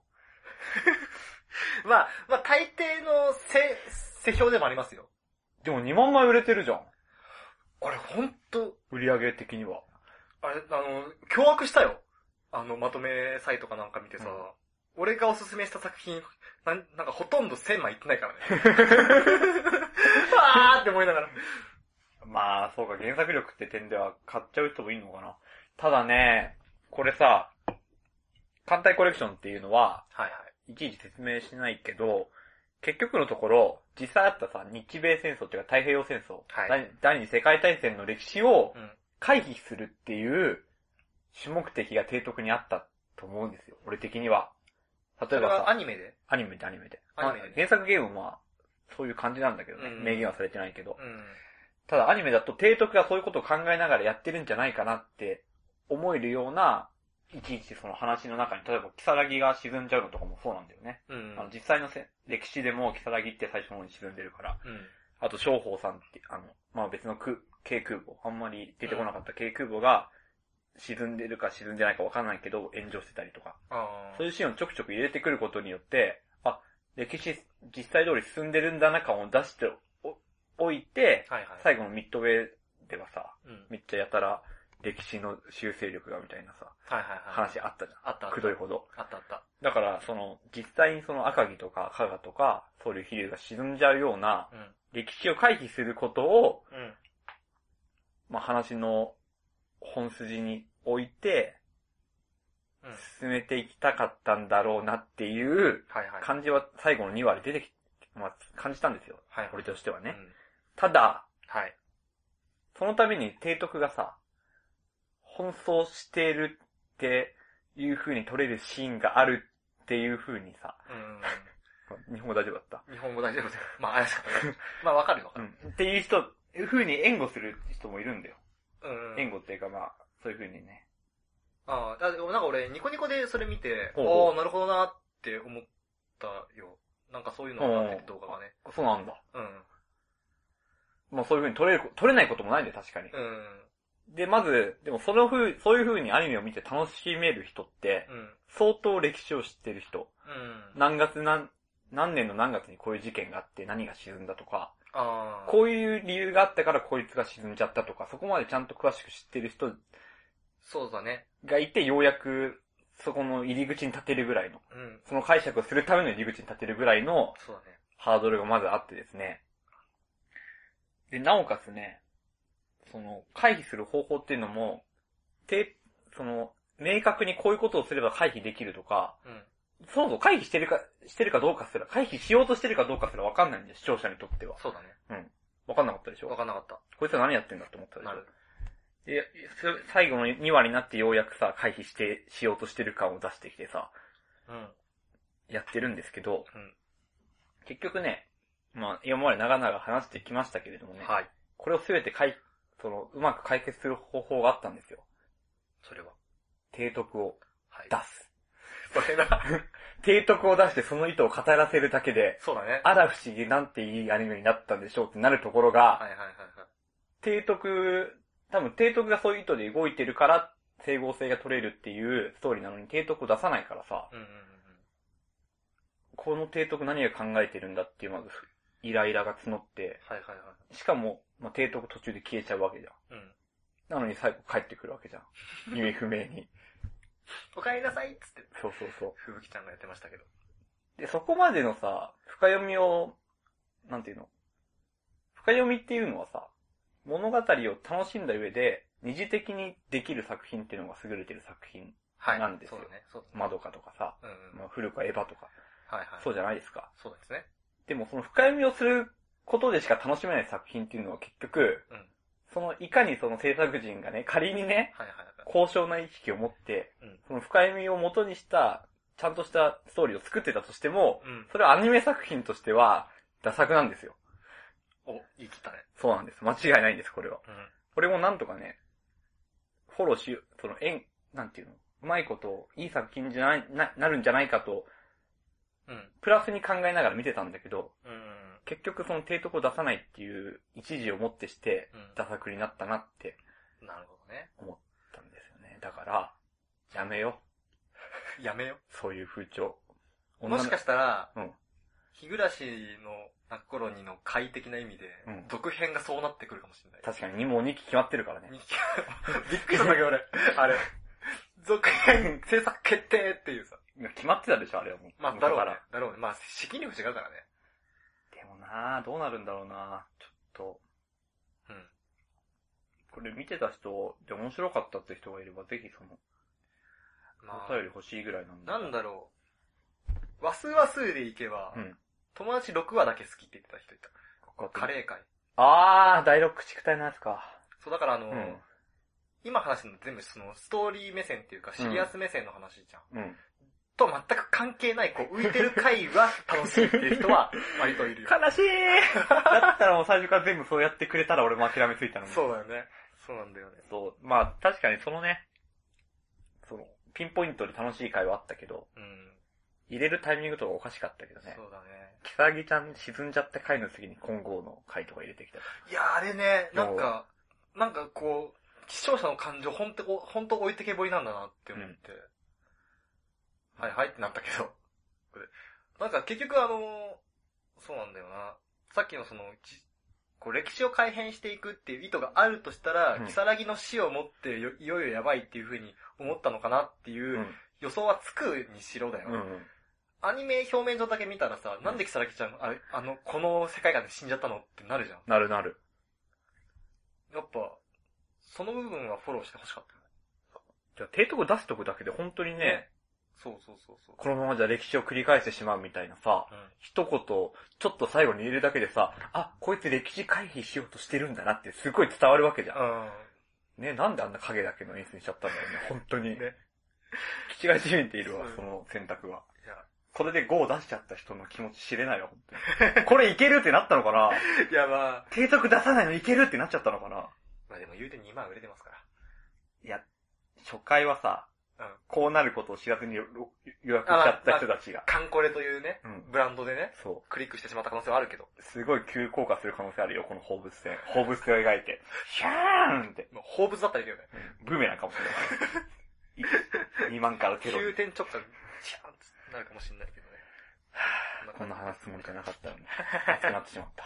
まあ、大抵の世評でもありますよ。 でも2万枚売れてるじゃん。 あれ、ほんと。 売り上げ的には。 あれ、驚愕したよ。まとめサイトかなんか見てさ、俺がおすすめした作品、なんかほとんど1000枚いってないからね。わーって思いながら。 まあ、そうか、原作力って点では買っちゃう人もいいのかな。ただね、これさ、艦隊コレクションっていうのは、いちいち説明しないけど、結局のところ、実際あったさ、日米戦争っていうか太平洋戦争、第二次世界大戦の歴史を回避するっていう主目的が提督にあったと思うんですよ、俺的には。例えばさ、 アニメで。 原作ゲームはそういう感じなんだけどね、明言はされてないけど。ただアニメだと提督がそういうことを考えながらやってるんじゃないかなって思えるような、いちいちその話の中に、例えばキサラギが沈んじゃうのとかもそうなんだよね。実際の歴史でもキサラギって最初の方に沈んでるから。あと将校さんって、まあ別の軽空母、あんまり出てこなかった軽空母が沈んでるか沈んでないかわかんないけど炎上してたりとか。そういうシーンをちょくちょく入れてくることによって、歴史実際通り進んでるんだな感を出しておいて、最後のミッドウェーではさ、めっちゃやたら歴史の修正力がみたいなさ、話あったじゃん。 あった。 くどいほど。 あった。 だから、実際に赤城とか加賀とか、宗龍飛龍が沈んじゃうような、歴史を回避することを、まあ、話の本筋に置いて、進めていきたかったんだろうなっていう感じは最後の2話で出てきて、まあ、感じたんですよ。俺としてはね。ただ、そのために提督がさ、奔走しているっていう風に撮れるシーンがあるっていう風にさ、日本語大丈夫だった？ 日本語大丈夫だよ。まあ怪しかったね。まあわかるよ。 っていう風に援護する人もいるんだよ。援護っていうかまあ、そういう風にね。 なんか俺、ニコニコでそれ見て、なるほどなって思ったよ。なんかそういうのがあって動画がね。 そうなんだ。まあそういう風に撮れないこともないんだよ、確かに。で、まず、でもそういう風にアニメを見て楽しめる人って、相当歴史を知ってる人。何年の何月にこういう事件があって何が沈んだとか、こういう理由があったからこいつが沈んじゃったとか、そこまでちゃんと詳しく知ってる人、 そうだね。 がいて、ようやくそこの入り口に立てるぐらいの、その解釈をするための入り口に立てるぐらいの、ハードルがまずあってですね。で、なおかつね、回避する方法っていうのも、明確にこういうことをすれば回避できるとか、そもそも回避してるかどうかすら、回避しようとしてるかどうかすらわかんないんです、視聴者にとっては。 そうだね。 わかんなかったでしょ？ わかんなかった。 こいつは何やってんだって思ったでしょ？で、最後の2話になってようやくさ、回避しようとしてる感を出してきてさ、やってるんですけど、結局ね、まあ、今まで長々話してきましたけれどもね、これをすべてうまく解決する方法があったんですよ。 それは提督を出す。 それだ。 提督を出してその意図を語らせるだけで、 そうだね。 あら不思議なんていいアニメになったんでしょうってなるところが、多分提督がそういう意図で動いてるから整合性が取れるっていうストーリーなのに提督を出さないからさ、この提督何が考えてるんだっていうまずイライラが募って、しかも、まあ、提督途中で消えちゃうわけじゃん。なのに最後帰ってくるわけじゃん。意味不明に。 お帰りなさいっつって。 そう。 ふぶきちゃんがやってましたけど。 で、そこまでのさ、深読みを、なんていうの？深読みっていうのはさ、物語を楽しんだ上で、二次的にできる作品っていうのが優れてる作品なんですよ。そうだね。まどかとかさ、まあ、古川エヴァとか、そうじゃないですか。 そうですね。 でもその深読みをすることでしか楽しめない作品っていうのは結局、いかにその制作陣がね、仮にね、高尚な意識を持って、その深読みを元にした、ちゃんとしたストーリーを作ってたとしても、それはアニメ作品としては、ダ作なんですよ。 言い切ったね。 そうなんです。間違いないんです、これは。これもなんとかね、フォローしよう、なんていうの、うまいこと、いい作品じゃなるんじゃないかと、プラスに考えながら見てたんだけど、結局その提督を出さないっていう一時をもってして、ダ作になったなって、 なるほどね。 思ったんですよね。だから、やめよ。そういう風潮。 もしかしたら、日暮らしの泣く頃にの快適な意味で、続編がそうなってくるかもしれない。 確かにもう2期決まってるからね。 びっくりしたんだけど俺。あれ。続編制作決定っていうさ。 決まってたでしょ、あれはもう。 まあ、だろうね。まあ、資金力違うからね。 でもなぁ、どうなるんだろうなぁ、ちょっと。これ見てた人で面白かったって人がいれば、ぜひお便り欲しいぐらいなんだ。 なんだろう。ワスワスでいけば、友達6話だけ好きって言ってた人いた。カレー会。 第6駆逐隊のやつか。 そう、だから今話してるの全部ストーリー目線っていうか、シリアス目線の話じゃん。と全く関係ない、浮いてる回は楽しいっていう人は、割といるよ。 悲しいだったらもう最初から全部そうやってくれたら俺も諦めついたのに。 そうだよね。そうなんだよね。 そう。まあ、確かにピンポイントで楽しい回はあったけど、入れるタイミングとかおかしかったけどね。 そうだね。 キサギちゃん沈んじゃった回の次に金剛の回とか入れてきた。 いや、あれね、なんか視聴者の感情ほんと置いてけぼりなんだなって思って。はいってなったけど。なんか結局そうなんだよな。さっきの歴史を改変していくっていう意図があるとしたら、キサラギの死をもっていよいよやばいっていう風に思ったのかなっていう予想はつくにしろだよ。アニメ表面上だけ見たらさ、なんでキサラキちゃん、この世界観で死んじゃったのってなるじゃん。 なる。 やっぱ、その部分はフォローしてほしかったよね。 じゃあ、提督出すとこだけで本当にね、 そう。 このままじゃ歴史を繰り返してしまうみたいなさ、一言、ちょっと最後に入れるだけでさ、あ、こいつ歴史回避しようとしてるんだなってすごい伝わるわけじゃん。ね、なんであんな影だけの演出にしちゃったんだろうね、本当に。ね。気違いじみているわ、その選択は。いや、これで5を出しちゃった人の気持ち知れないわ、本当に。これいけるってなったのかないや、まあ。 提督出さないのいけるってなっちゃったのかな。 まあでも言うて2万売れてますから。 いや、初回はさ、こうなることを知らずに予約しちゃった人たちが。 カンコレというね、ブランドでね、クリックしてしまった可能性はあるけど。 すごい急降下する可能性あるよ、この放物線。放物線を描いて。シャーンって。 もう放物だったらいいよね。 ブーメランかもしれない。2万からテロ。 急転直下、シャーンってなるかもしれないけどね。 こんな話すつもりじゃなかったのに。熱くなってしまった。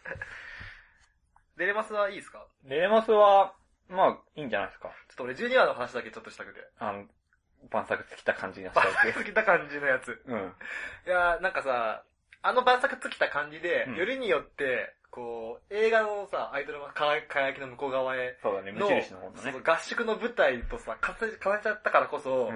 レレマスはいいですか？ レレマスは、まあ、いいんじゃないですか。 ちょっと俺12話の話だけちょっとしたくて。 晩作尽きた感じがしたわけ。 晩作尽きた感じのやつ。いやー、なんかさ、晩作尽きた感じで、よりによって、こう、映画のさ、アイドルの輝きの向こう側へそうだね、無印の方のね。 合宿の舞台とさ、重ねちゃったからこそ、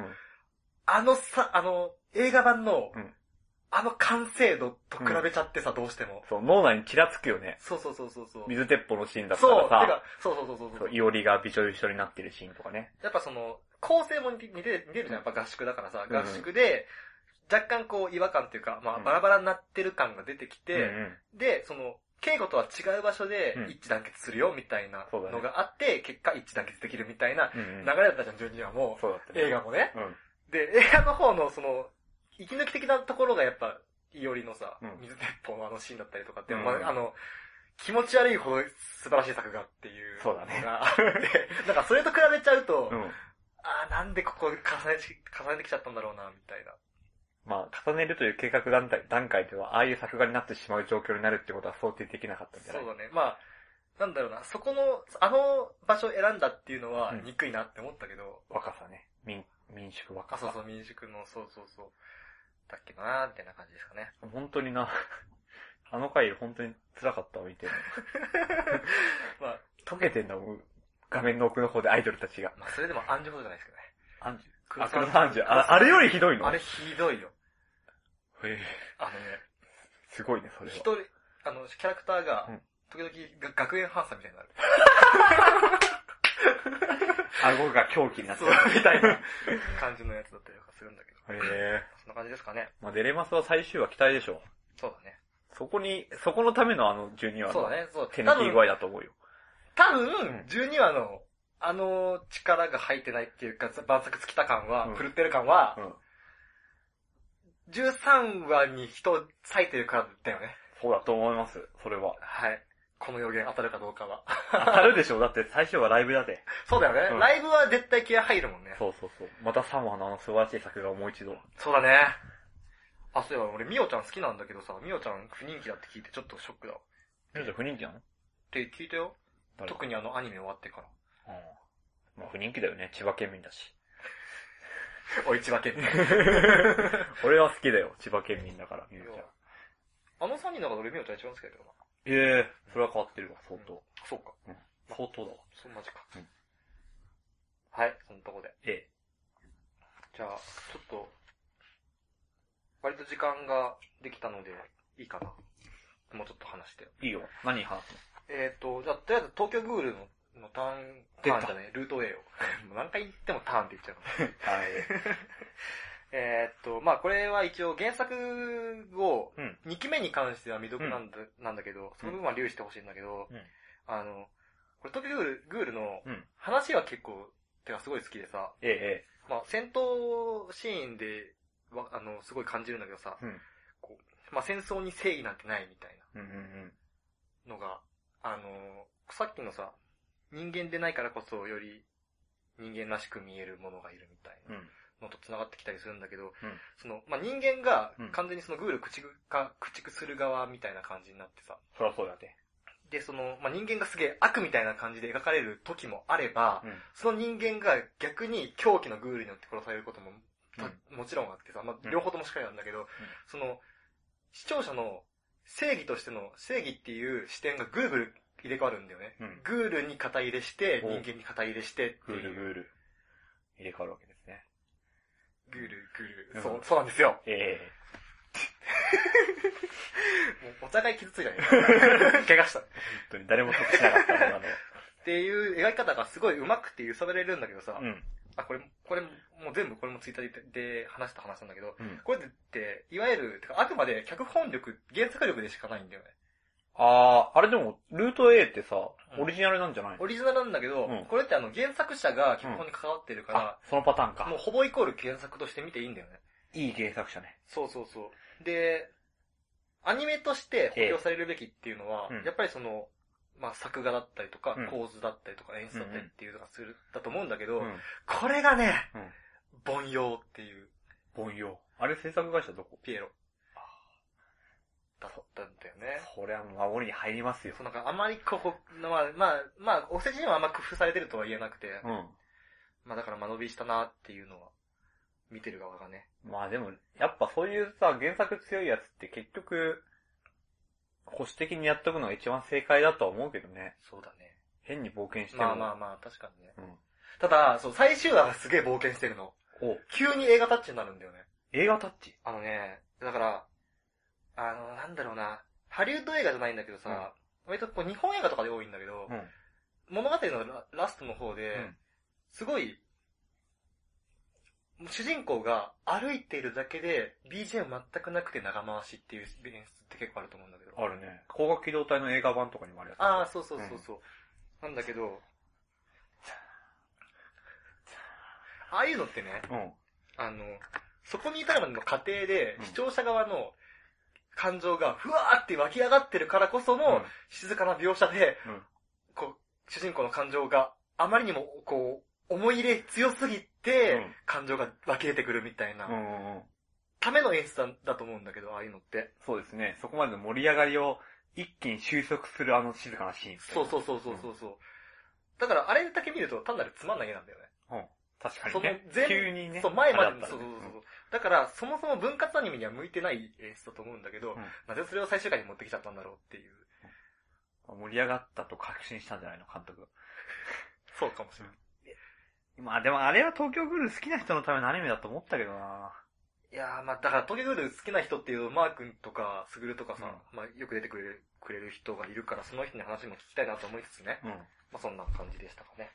映画版の、完成度と比べちゃってさ、どうしても。 そう、脳内にちらつくよね。 そう。 水鉄砲のシーンだったらさ、 そう。 いおりがびちょびちょになってるシーンとかね。 やっぱその、構成も似てるじゃん、やっぱ合宿だからさ、合宿で、若干こう違和感っていうか、まあバラバラになってる感が出てきて、で、その、稽古とは違う場所で一致団結するよみたいなのがあって、結果一致団結できるみたいな流れだったじゃん、12話も。映画もね。で、映画の方のその、息抜き的なところがやっぱ、いおりのさ、水鉄砲のシーンだったりとかって、気持ち悪いほど素晴らしい作画っていうのがあって、なんかそれと比べちゃうと、なんでここ重ねてきちゃったんだろうな、みたいな。 まあ、重ねるという計画段階では、ああいう作画になってしまう状況になるってことは想定できなかったんじゃない？ そうだね。まあ、なんだろうな、そこの、場所を選んだっていうのは、憎いなって思ったけど。 若さね。民宿若さ。 そう、民宿の、そう。だっけなーみたいな感じですかね。 本当にな、あの回本当に辛かったわ、見てるの。まあ、溶けてんだもん、画面の奥の方でアイドルたちが。 まあ、それでもアンジュほどじゃないですけどね。 アンジュ？黒アンジュ。あれよりひどいの？ あれひどいよ。 すごいね、それは。 一人、キャラクターが、時々学園ハンサみたいになる。 顎が狂気になってるみたいな感じのやつだったりとかするんだけど。そんな感じですかね。 まあ、デレマスは最終話期待でしょ。 そうだね。 そこのための12話の手抜き具合だと思うよ。 多分、12話の力が入ってないっていうか、晩作尽きた感は、狂ってる感は、13話に人割いてるからだよね。 そうだと思います、それは。 はい。この予言当たるかどうかは。 当たるでしょ、だって最初はライブだぜ。 そうだよね。ライブは絶対気合入るもんね。 そう。また3話の素晴らしい作画をもう一度。 そうだね。そういえば俺、みおちゃん好きなんだけどさ、みおちゃん不人気だって聞いてちょっとショックだわ。 みおちゃん不人気なの？ って聞いたよ。特にアニメ終わってから。 まあ不人気だよね、千葉県民だし。 おい、千葉県民。 俺は好きだよ、千葉県民だから、みおちゃん。 3人の中で俺みおちゃん一番好きだけどな。 それは変わってるわ、相当。 そうか。 相当だわ。 マジか。はい、そのとこで。じゃあ、ちょっと、割と時間ができたので、いいかな。もうちょっと話して。 いいよ。何話すの？じゃあ、とりあえず東京グールのターンじゃね、ルート A を。もう何回言ってもターンって言っちゃうの。まあこれは一応原作を、2期目に関しては未読なんだけど、その部分は留意してほしいんだけど、これ東京グールの話は結構、すごい好きでさ、まあ戦闘シーンで、すごい感じるんだけどさ、まあ戦争に正義なんてないみたいなのが、さっきのさ、人間でないからこそより人間らしく見えるものがいるみたいなのと繋がってきたりするんだけど、その、まあ、人間が完全にそのグール駆逐する側みたいな感じになってさ。 そりゃそうだね。 で、その、まあ、人間がすげえ悪みたいな感じで描かれる時もあれば、その人間が逆に狂気のグールによって殺されることももちろんあってさ、まあ、両方ともしっかりなんだけど、その、視聴者の正義としての、正義っていう視点がぐるぐる入れ替わるんだよね。グールに肩入れして、人間に肩入れしてっていう。 グール。入れ替わるわけですね。 グール。そうなんですよ。もうお互い傷ついたね。怪我した。 本当に誰も得しなかったものっていう描き方がすごい上手くて揺さぶれるんだけどさ、これもう全部これもツイッターで話した話なんだけど、これって、いわゆる、あくまで脚本力、原作力でしかないんだよね。 あれでも、ルート A ってさ、オリジナルなんじゃないの？ オリジナルなんだけど、これって原作者が脚本に関わってるから、 そのパターンか。 もうほぼイコール原作として見ていいんだよね。 いい原作者ね。 そう。で、アニメとして補強されるべきっていうのは、やっぱりその、まあ、作画だったりとか、構図だったりとか演出だったりっていうのがだと思うんだけど、これがね、凡庸っていう。 凡庸。あれ制作会社どこ？ ピエロ。だったんだよね。 これは守りに入りますよ。 そう、なんかあまりまあ、お世辞にはあんま工夫されてるとは言えなくて、まあだから間延びしたなっていうのは、見てる側がね。 まあでも、やっぱそういうさ、原作強いやつって結局、保守的にやっとくのが一番正解だとは思うけどね。 そうだね。 変に冒険しても。 まあ、確かにね。ただ、そう、最終話がすげえ冒険してるの。急に映画タッチになるんだよね。 映画タッチ？ だから、なんだろうな、ハリウッド映画じゃないんだけどさ、割とこう日本映画とかで多いんだけど、物語のラストの方で、すごい、主人公が歩いているだけで BGM 全くなくて長回しっていう演出って結構あると思うんだけど。 あるね。光学機動隊の映画版とかにもあるやつ。 そう。なんだけど、ああいうのってね、そこに至るまでの過程で、視聴者側の感情がふわーって湧き上がってるからこその、静かな描写で、こう、主人公の感情があまりにも、こう、思い入れ強すぎて、感情が湧き出てくるみたいな、ための演出だと思うんだけど、ああいうのって。 そうですね。そこまでの盛り上がりを一気に収束する静かなシーン。 そう。だからあれだけ見ると単なるつまんない絵なんだよね。 確かにね。急にね。 そう、前まで、そう。だから、そもそも分割アニメには向いてない演出だと思うんだけど、なぜそれを最終回に持ってきちゃったんだろうっていう。 盛り上がったと確信したんじゃないの、監督。 そうかもしれない。 まあでもあれは東京グール好きな人のためのアニメだと思ったけどな。 いやー、まあだから東京グール好きな人っていうマー君とかスグルとかさ、まあよく出てくれる人がいるから、その人に話も聞きたいなと思いつつね。まあそんな感じでしたかね。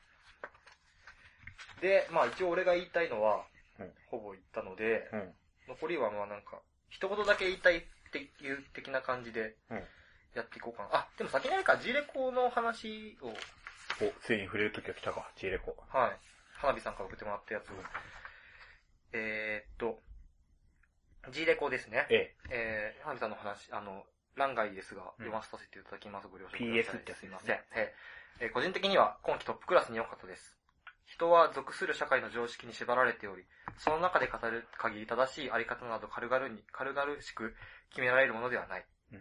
で、まあ一応俺が言いたいのは、ほぼ言ったので、残りはまあなんか、一言だけ言いたいっていう的な感じで、やっていこうかな。でも先にあれか、G レコの話を。 ついに触れるときが来たか、G レコ。 はい。花火さんから送ってもらったやつを。G レコですね。花火さんの話、欄外ですが、読ませさせていただきます。ご了承ください。 PS ってすいません。個人的には今期トップクラスに良かったです。人は属する社会の常識に縛られており、その中で語る限り正しいあり方など軽々しく決められるものではない。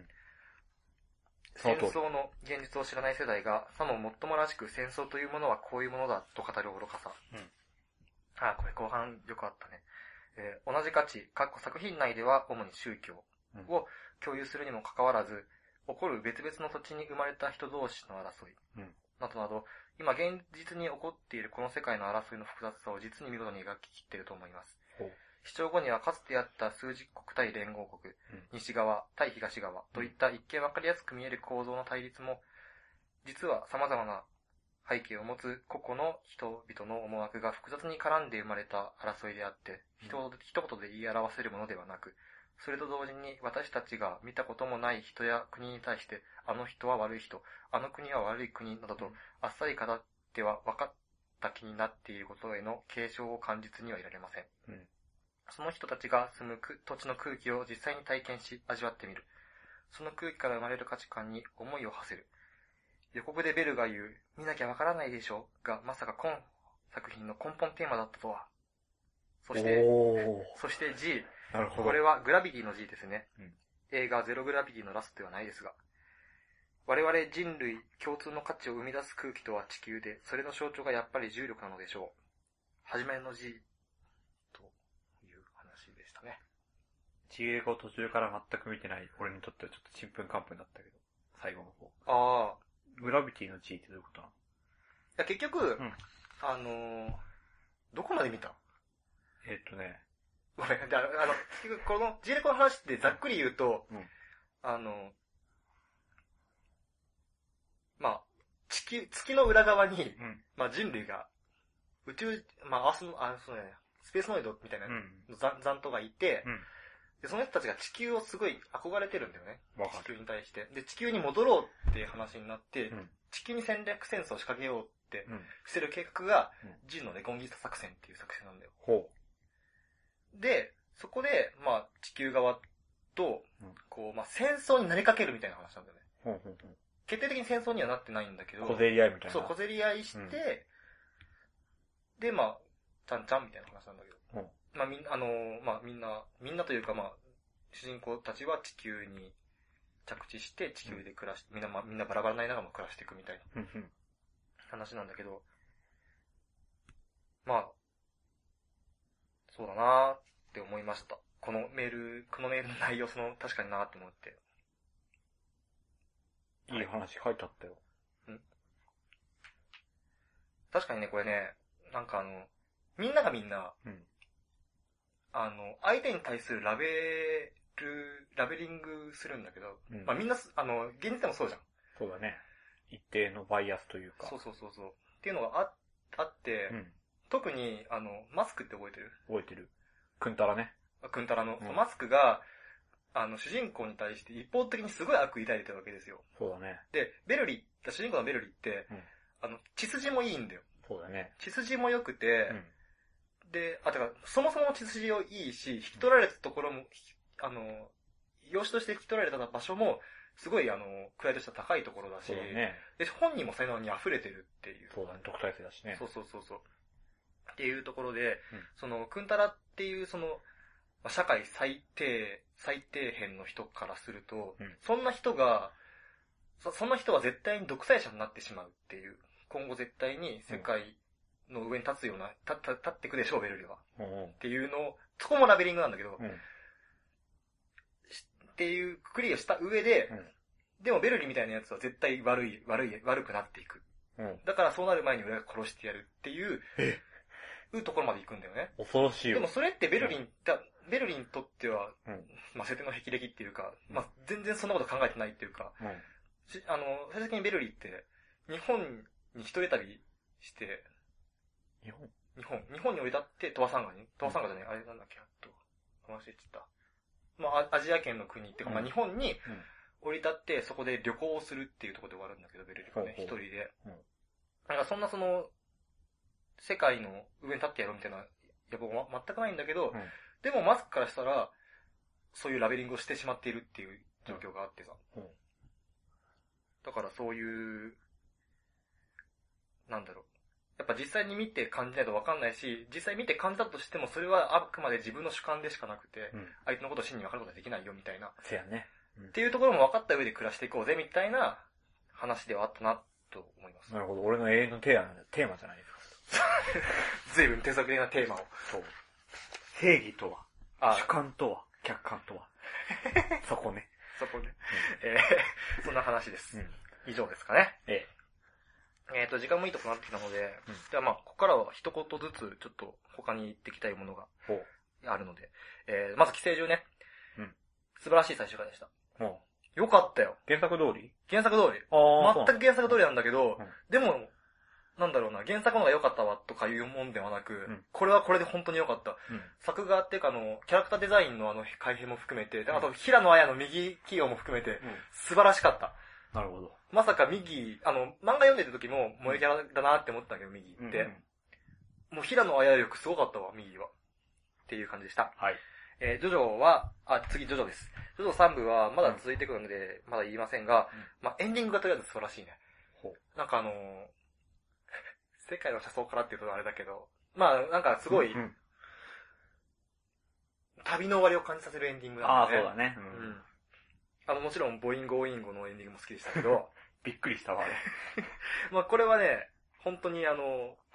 戦争の現実を知らない世代が、さももっともらしく戦争というものはこういうものだと語る愚かさ。これ後半よくあったね。同じ価値、作品内では主に宗教を共有するにもかかわらず、起こる別々の土地に生まれた人同士の争い。などなど、今現実に起こっているこの世界の争いの複雑さを実に見事に描き切っていると思います。視聴後にはかつてあった数十国対連合国、西側対東側といった一見わかりやすく見える構造の対立も、実は様々な背景を持つ個々の人々の思惑が複雑に絡んで生まれた争いであって、一言で言い表せるものではなく、それと同時に私たちが見たこともない人や国に対して、あの人は悪い人、あの国は悪い国などと、あっさり語っては分かった気になっていることへの継承を感じずにはいられません。その人たちが住む土地の空気を実際に体験し、味わってみる。その空気から生まれる価値観に思いを馳せる。予告でベルが言う、見なきゃわからないでしょが、まさか今作品の根本テーマだったとは。そして G。 なるほど。 これはグラビティの G ですね。映画ゼログラビティのラストではないですが。我々人類共通の価値を生み出す空気とは地球で、それの象徴がやっぱり重力なのでしょう。はじめの G というね。 地レコ途中から全く見てない俺にとってはちょっとちんぷんかんぷんだったけど、最後の方。 ああ。 グラビティの G ってどういうことなの？ いや、結局、どこまで見た？ごめん、結局この G レコの話ってざっくり言うと、まあ、月の裏側に、まあ人類が、宇宙、まあ、そうね、スペースノイドみたいな残党がいて、で、その人たちが地球をすごい憧れてるんだよね。地球に対して。で、地球に戻ろうっていう話になって、地球に戦略戦争を仕掛けようってしてる計画が、ジンのレコンギスタ作戦っていう作戦なんだよ。で、そこで、まあ、地球側と、こう、まあ、戦争になりかけるみたいな話なんだよね。決定的に戦争にはなってないんだけど、 小競り合いみたいな。 そう、小競り合いして、で、まあ、ちゃんちゃんみたいな話なんだけど、まあ、みんなというか、まあ、主人公たちは地球に着地して、地球で暮らして、みんなバラバラになりながらも暮らしていくみたいな話なんだけど、まあ、そうだなーって思いました。このメールの内容、確かになーって思って。 いい話書いてあったよ。 確かにね、これね、なんかみんながみんな、相手に対するラベリングするんだけど、まあみんな、現実でもそうじゃん。 そうだね。一定のバイアスというか。 そう。っていうのがあって、特に、マスクって覚えてる？ 覚えてる。クンタラね。 クンタラの。マスクが、主人公に対して一方的にすごい悪意抱いてるわけですよ。 そうだね。 で、主人公のベルリって、血筋もいいんだよ。 そうだね。 血筋も良くて、で、だから、そもそも血筋をいいし、引き取られたところも、養子として引き取られた場所も、すごい、位としては高いところだし、 そうだね。 で、本人も才能に溢れてるっていう。 そうだね、特待生だしね。 そう。っていうところで、クンタラっていう、社会最底辺の人からすると、そんな人は絶対に独裁者になってしまうっていう、今後絶対に世界の上に立つような、立ってくでしょう、ベルリは。っていうのを、そこもラベリングなんだけど、っていうクリアした上で、でもベルリみたいなやつは絶対悪くなっていく。だからそうなる前に俺が殺してやるっていうところまで行くんだよね。 恐ろしいよ。 でもそれってベルリンにとっては、まあ、設定の霹靂っていうか、まあ、全然そんなこと考えてないっていうか、最終的にベルリンって、日本に一人旅して、日本に降り立って鳥羽山河じゃない、あれなんだっけ、話してた。まあ、アジア圏の国っていうか、まあ、日本に降り立って、そこで旅行をするっていうところで終わるんだけど、ベルリンはね、一人で。なんかそんな世界の上に立ってやろうみたいな野望は全くないんだけど、でもマスクからしたら、そういうラベリングをしてしまっているっていう状況があってさ。だからそういう、なんだろう。やっぱ実際に見て感じないと分かんないし、実際見て感じたとしてもそれはあくまで自分の主観でしかなくて、相手のことを真に分かることはできないよみたいな。 せやね。 っていうところも分かった上で暮らしていこうぜみたいな話ではあったなと思います。 なるほど。俺の永遠のテーマじゃないですか。 随分手作りなテーマを。 そう。正義とは、主観とは、客観とは。そこね。 そんな話です。以上ですかね。時間もいいとこなってきたので、じゃあまあ、ここからは一言ずつ、ちょっと他に言ってきたいものがあるので、まず寄生獣ね。素晴らしい最終回でした。よかったよ。 原作通り。 全く原作通りなんだけど、でも、なんだろうな、原作の方が良かったわとかいうもんではなく、これはこれで本当に良かった。作画っていうかキャラクターデザインの改変も含めて、あと平野綾の右起用も含めて、素晴らしかった。 なるほど。 まさか右、漫画読んでる時も萌えキャラだなって思ったんだけど、右って。もう平野綾力すごかったわ、右は。っていう感じでした。 はい。 ジョジョは、次ジョジョです。ジョジョ3部はまだ続いてくるので、まだ言いませんが、まあエンディングがとりあえず素晴らしいね。なんか世界の車窓からっていうとあれだけど、まあなんかすごい、旅の終わりを感じさせるエンディングなんでね。 そうだね。 もちろんボインゴーインゴのエンディングも好きでしたけど、 びっくりしたわ、あれ。 まあこれはね、本当に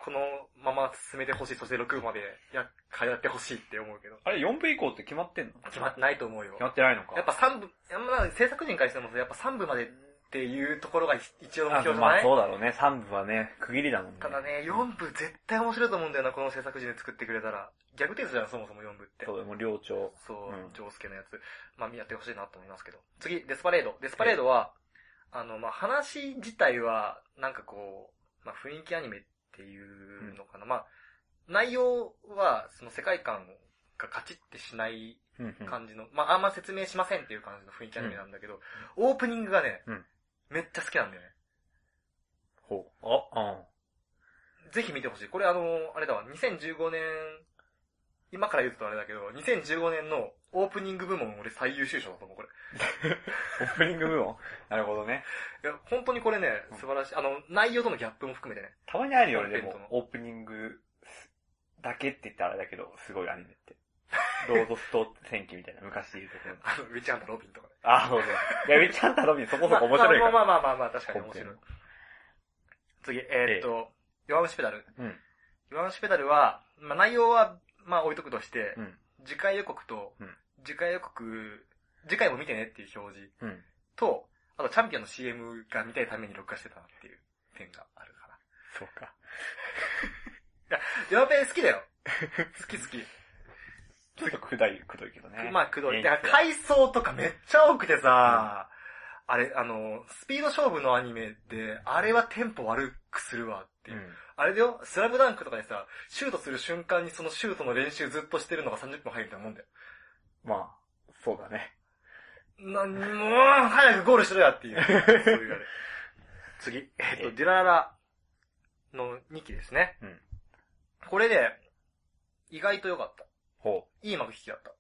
このまま進めてほしい、そして6部までやってほしいって思うけど。 あれ4部以降って決まってんの？ 決まってないと思うよ。 決まってないのか。 やっぱ3部、制作陣からしてもやっぱ3部までっていうところが一応の目標じゃない？ まあそうだろうね。3部はね、区切りだもんね。 ただね、4部絶対面白いと思うんだよな、この制作陣で作ってくれたら。逆転じゃん、そもそも4部って。 そうだ、もう寮長。 そう、長介のやつ。まあやってほしいなと思いますけど。次、デスパレード。デスパレードは、まあ話自体は、なんかこう、まあ雰囲気アニメっていうのかな。まあ、内容は、その世界観がカチッてしない感じの、まああんま説明しませんっていう感じの雰囲気アニメなんだけど、オープニングがね、めっちゃ好きなんだよね。 ほう。 ぜひ見てほしい。これあれだわ、2015年、今から言うとあれだけど、2015年のオープニング部門俺最優秀賞だと思う、これ。 オープニング部門なるほどね。 いや、本当にこれね、素晴らしい。内容とのギャップも含めてね。 たまにあるよね、でも、オープニングだけって言ったらあれだけど、すごいアニメって。ロードスト戦記みたいな、昔言うところ。 ウィッチハンターロビンとかね。 あ、そうそう。いや、ウィッチハンターロビンそこそこ面白いから。 まあ、確かに面白い。次、弱虫ペダル。弱虫ペダルは、まあ内容は、まあ置いとくとして、次回予告と、次回も見てねっていう表示と、あとチャンピオンの CM が見たいために録画してたなっていう点があるかな。 そうか。 いや、弱ペ好きだよ。好き。 ちょっとくどいけどね。 まあくどい。回想とかめっちゃ多くてさ、あれ、スピード勝負のアニメで、あれはテンポ悪くするわっていう。あれだよ、スラムダンクとかでさ、シュートする瞬間にそのシュートの練習ずっとしてるのが30分入るみたいなもんだよ。 まあ、そうだね。 もう、早くゴールしろやっていう。そういうあれ。次、デュララの2期ですね。これで、意外と良かった。いい幕引きだった。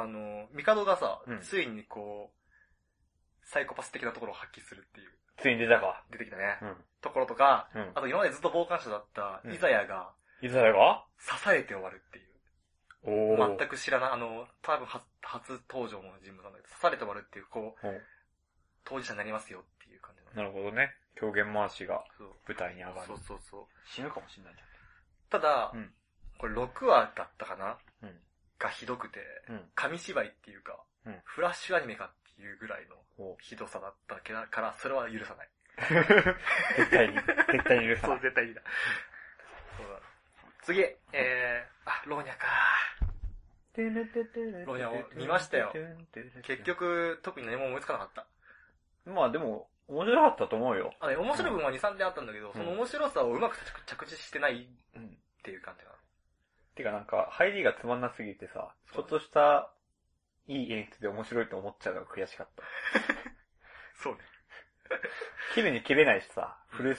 ミカドがさ、ついにこう、サイコパス的なところを発揮するっていう。 ついに出たか。 出てきたね。ところとか、あと今までずっと傍観者だったイザヤが、 刺されて終わるっていう。全く知らない、多分初登場の人物なんだけど、刺されて終わるっていう、こう、当事者になりますよっていう感じ。 なるほどね。狂言回しが舞台に上がる。 そう。 死ぬかもしれないじゃん。 ただ、これ6話だったかながひどくて、紙芝居っていうか、フラッシュアニメかっていうぐらいのひどさだったから、それは許さない。 絶対に許さない。 そう、絶対にだ。そうだ。次、ローニャか。ローニャを見ましたよ。結局、特に何も思いつかなかった。 まあでも、面白かったと思うよ。 面白い部分は2、3点あったんだけど、その面白さをうまく着地してないっていう感じなの。 てかなんか、入りがつまんなすぎてさ、ちょっとした、いい演出で面白いと思っちゃうのが悔しかった。 そうね。 切るに切れないしさ、フル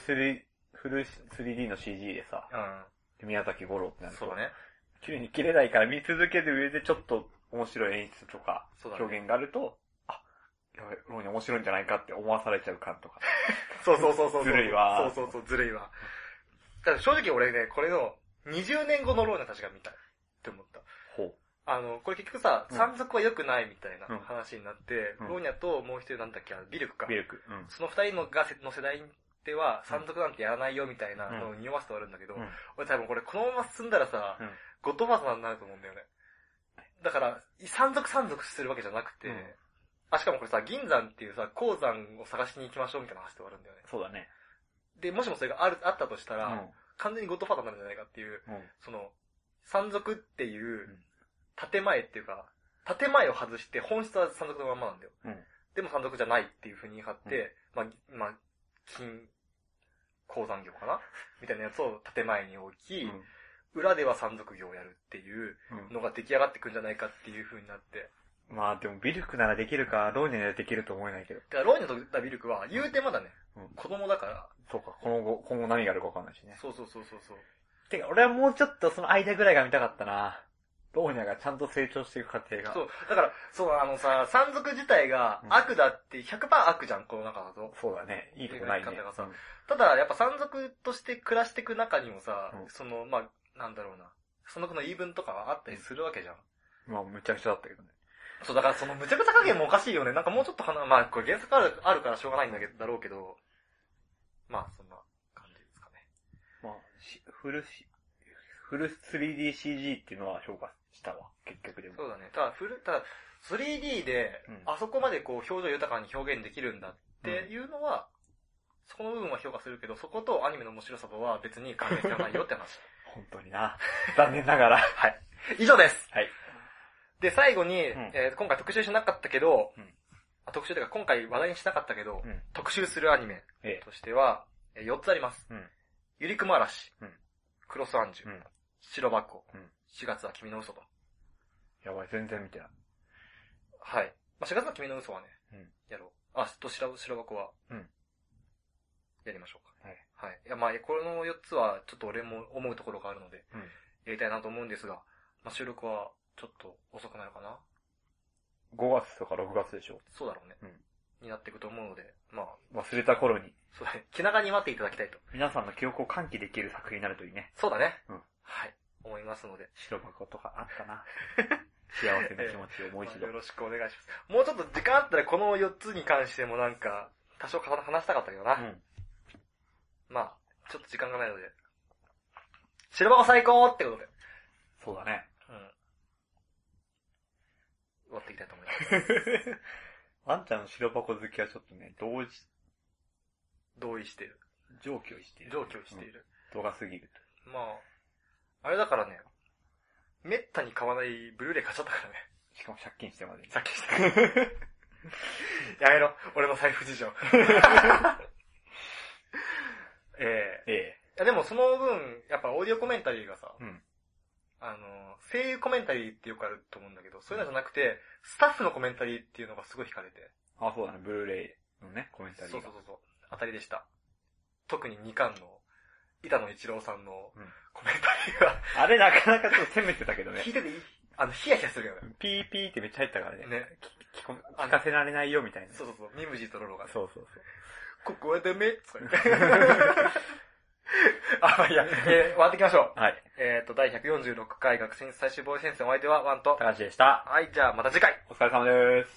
3D の CG でさ、宮崎五郎ってなると、 そうだね。 切るに切れないから見続ける上でちょっと面白い演出とか、表現があると、やばい、ローに面白いんじゃないかって思わされちゃう感とか。 そう。 ずるいわ。 そう、ずるいわ。だから正直俺ね、これの20年後のローニャたちが見たいって思った。これ結局さ、山賊は良くないみたいな話になって、ローニャともう一人なんだっけ、ビルクか。その二人の世代では、山賊なんてやらないよみたいなのを匂わせてあるんだけど、俺多分これこのまま進んだらさ、ゴッドファーザーになると思うんだよね。だから、山賊するわけじゃなくて、しかもこれさ、銀山っていうさ、鉱山を探しに行きましょうみたいな話で終わるんだよね。 そうだね。 で、もしもそれがあったとしたら、完全にゴッドファーザーになるんじゃないかっていう、その、山賊っていう、建前っていうか、建前を外して本質は山賊のままなんだよ。でも山賊じゃないっていう風に言い張って、鉱山業かなみたいなやつを建前に置き、裏では山賊業をやるっていうのが出来上がってくんじゃないかっていう風になって。 まあでもビルクならできるか、ローニャならできると思えないけど。 だからローニャとビルクは言うてまだね、子供だから。 そうか、今後何があるかわかんないしね。 そう。 てか俺はもうちょっとその間ぐらいが見たかったな。ローニャがちゃんと成長していく過程が。 そう。だから、山賊自体が悪だって 100% 悪じゃん、この中だと。 そうだね。いいとこないね。 ただ、やっぱ山賊として暮らしていく中にもさ、なんだろうな。山賊の言い分とかはあったりするわけじゃん。 まあ、むちゃくちゃだったけどね。 そう、だからそのむちゃくちゃ加減もおかしいよね。なんかもうちょっとこれ原作あるからしょうがないんだろうけど、まあ、そんな感じですかね。 まあ、 フル 3DCG っていうのは評価したわ、結局でも。 そうだね。ただ 3D で、あそこまでこう表情豊かに表現できるんだっていうのは、そこの部分は評価するけど、そことアニメの面白さとは別に関係してないよって話。 本当にな。残念ながら。 はい。以上です。 はい。 で、最後に、今回特集しなかったけど、特集というか今回話題にしなかったけど、特集するアニメとしては、4つあります。ゆりくま嵐、クロスアンジュ、白箱、4月は君の嘘と。 やばい、全然見てない。 はい。4月は君の嘘はね、やろう。白箱は、やりましょうか。はい。いや、この4つはちょっと俺も思うところがあるので、やりたいなと思うんですが、収録はちょっと遅くなるかな。 5月とか6月でしょ。 そうだろうね。になっていくと思うので、 忘れた頃に。 そうだね。気長に待っていただきたいと。 皆さんの記憶を喚起できる作品になるといいね。 そうだね。はい。思いますので。 白箱とかあったな。幸せな気持ちをもう一度。 よろしくお願いします。もうちょっと時間あったらこの4つに関してもなんか、多少話したかったけどな。ちょっと時間がないので。白箱最高ってことで。 そうだね。 終わっていきたいと思います。 あんちゃんの白箱好きはちょっとね、同意してる。上気をしている。度が過ぎると。 あれだからね、めったに買わないブルーレイ買っちゃったからね。 しかも借金してまでに。 借金して。やめろ、俺の財布事情。でもその分、やっぱオーディオコメンタリーがさ、声優コメンタリーってよくあると思うんだけど、そういうのじゃなくて、スタッフのコメンタリーっていうのがすごい惹かれて。 あ、そうだね、ブルーレイのね、コメンタリーが。 そう。当たりでした。特に2巻の、板野一郎さんのコメンタリーが。 あれなかなかちょっと攻めてたけどね。 聞いててヒヤヒヤするよね。 ピーピーってめっちゃ入ったからね。 ね。 聞かせられないよみたいな。 そう。ミムジーとロロがね。 そう。 ここはダメっつって。いや、終わっていきましょう。 はい。 第146回学生最終防衛戦線お相手はワンと高橋でした。 はい、じゃあまた次回。 お疲れ様です。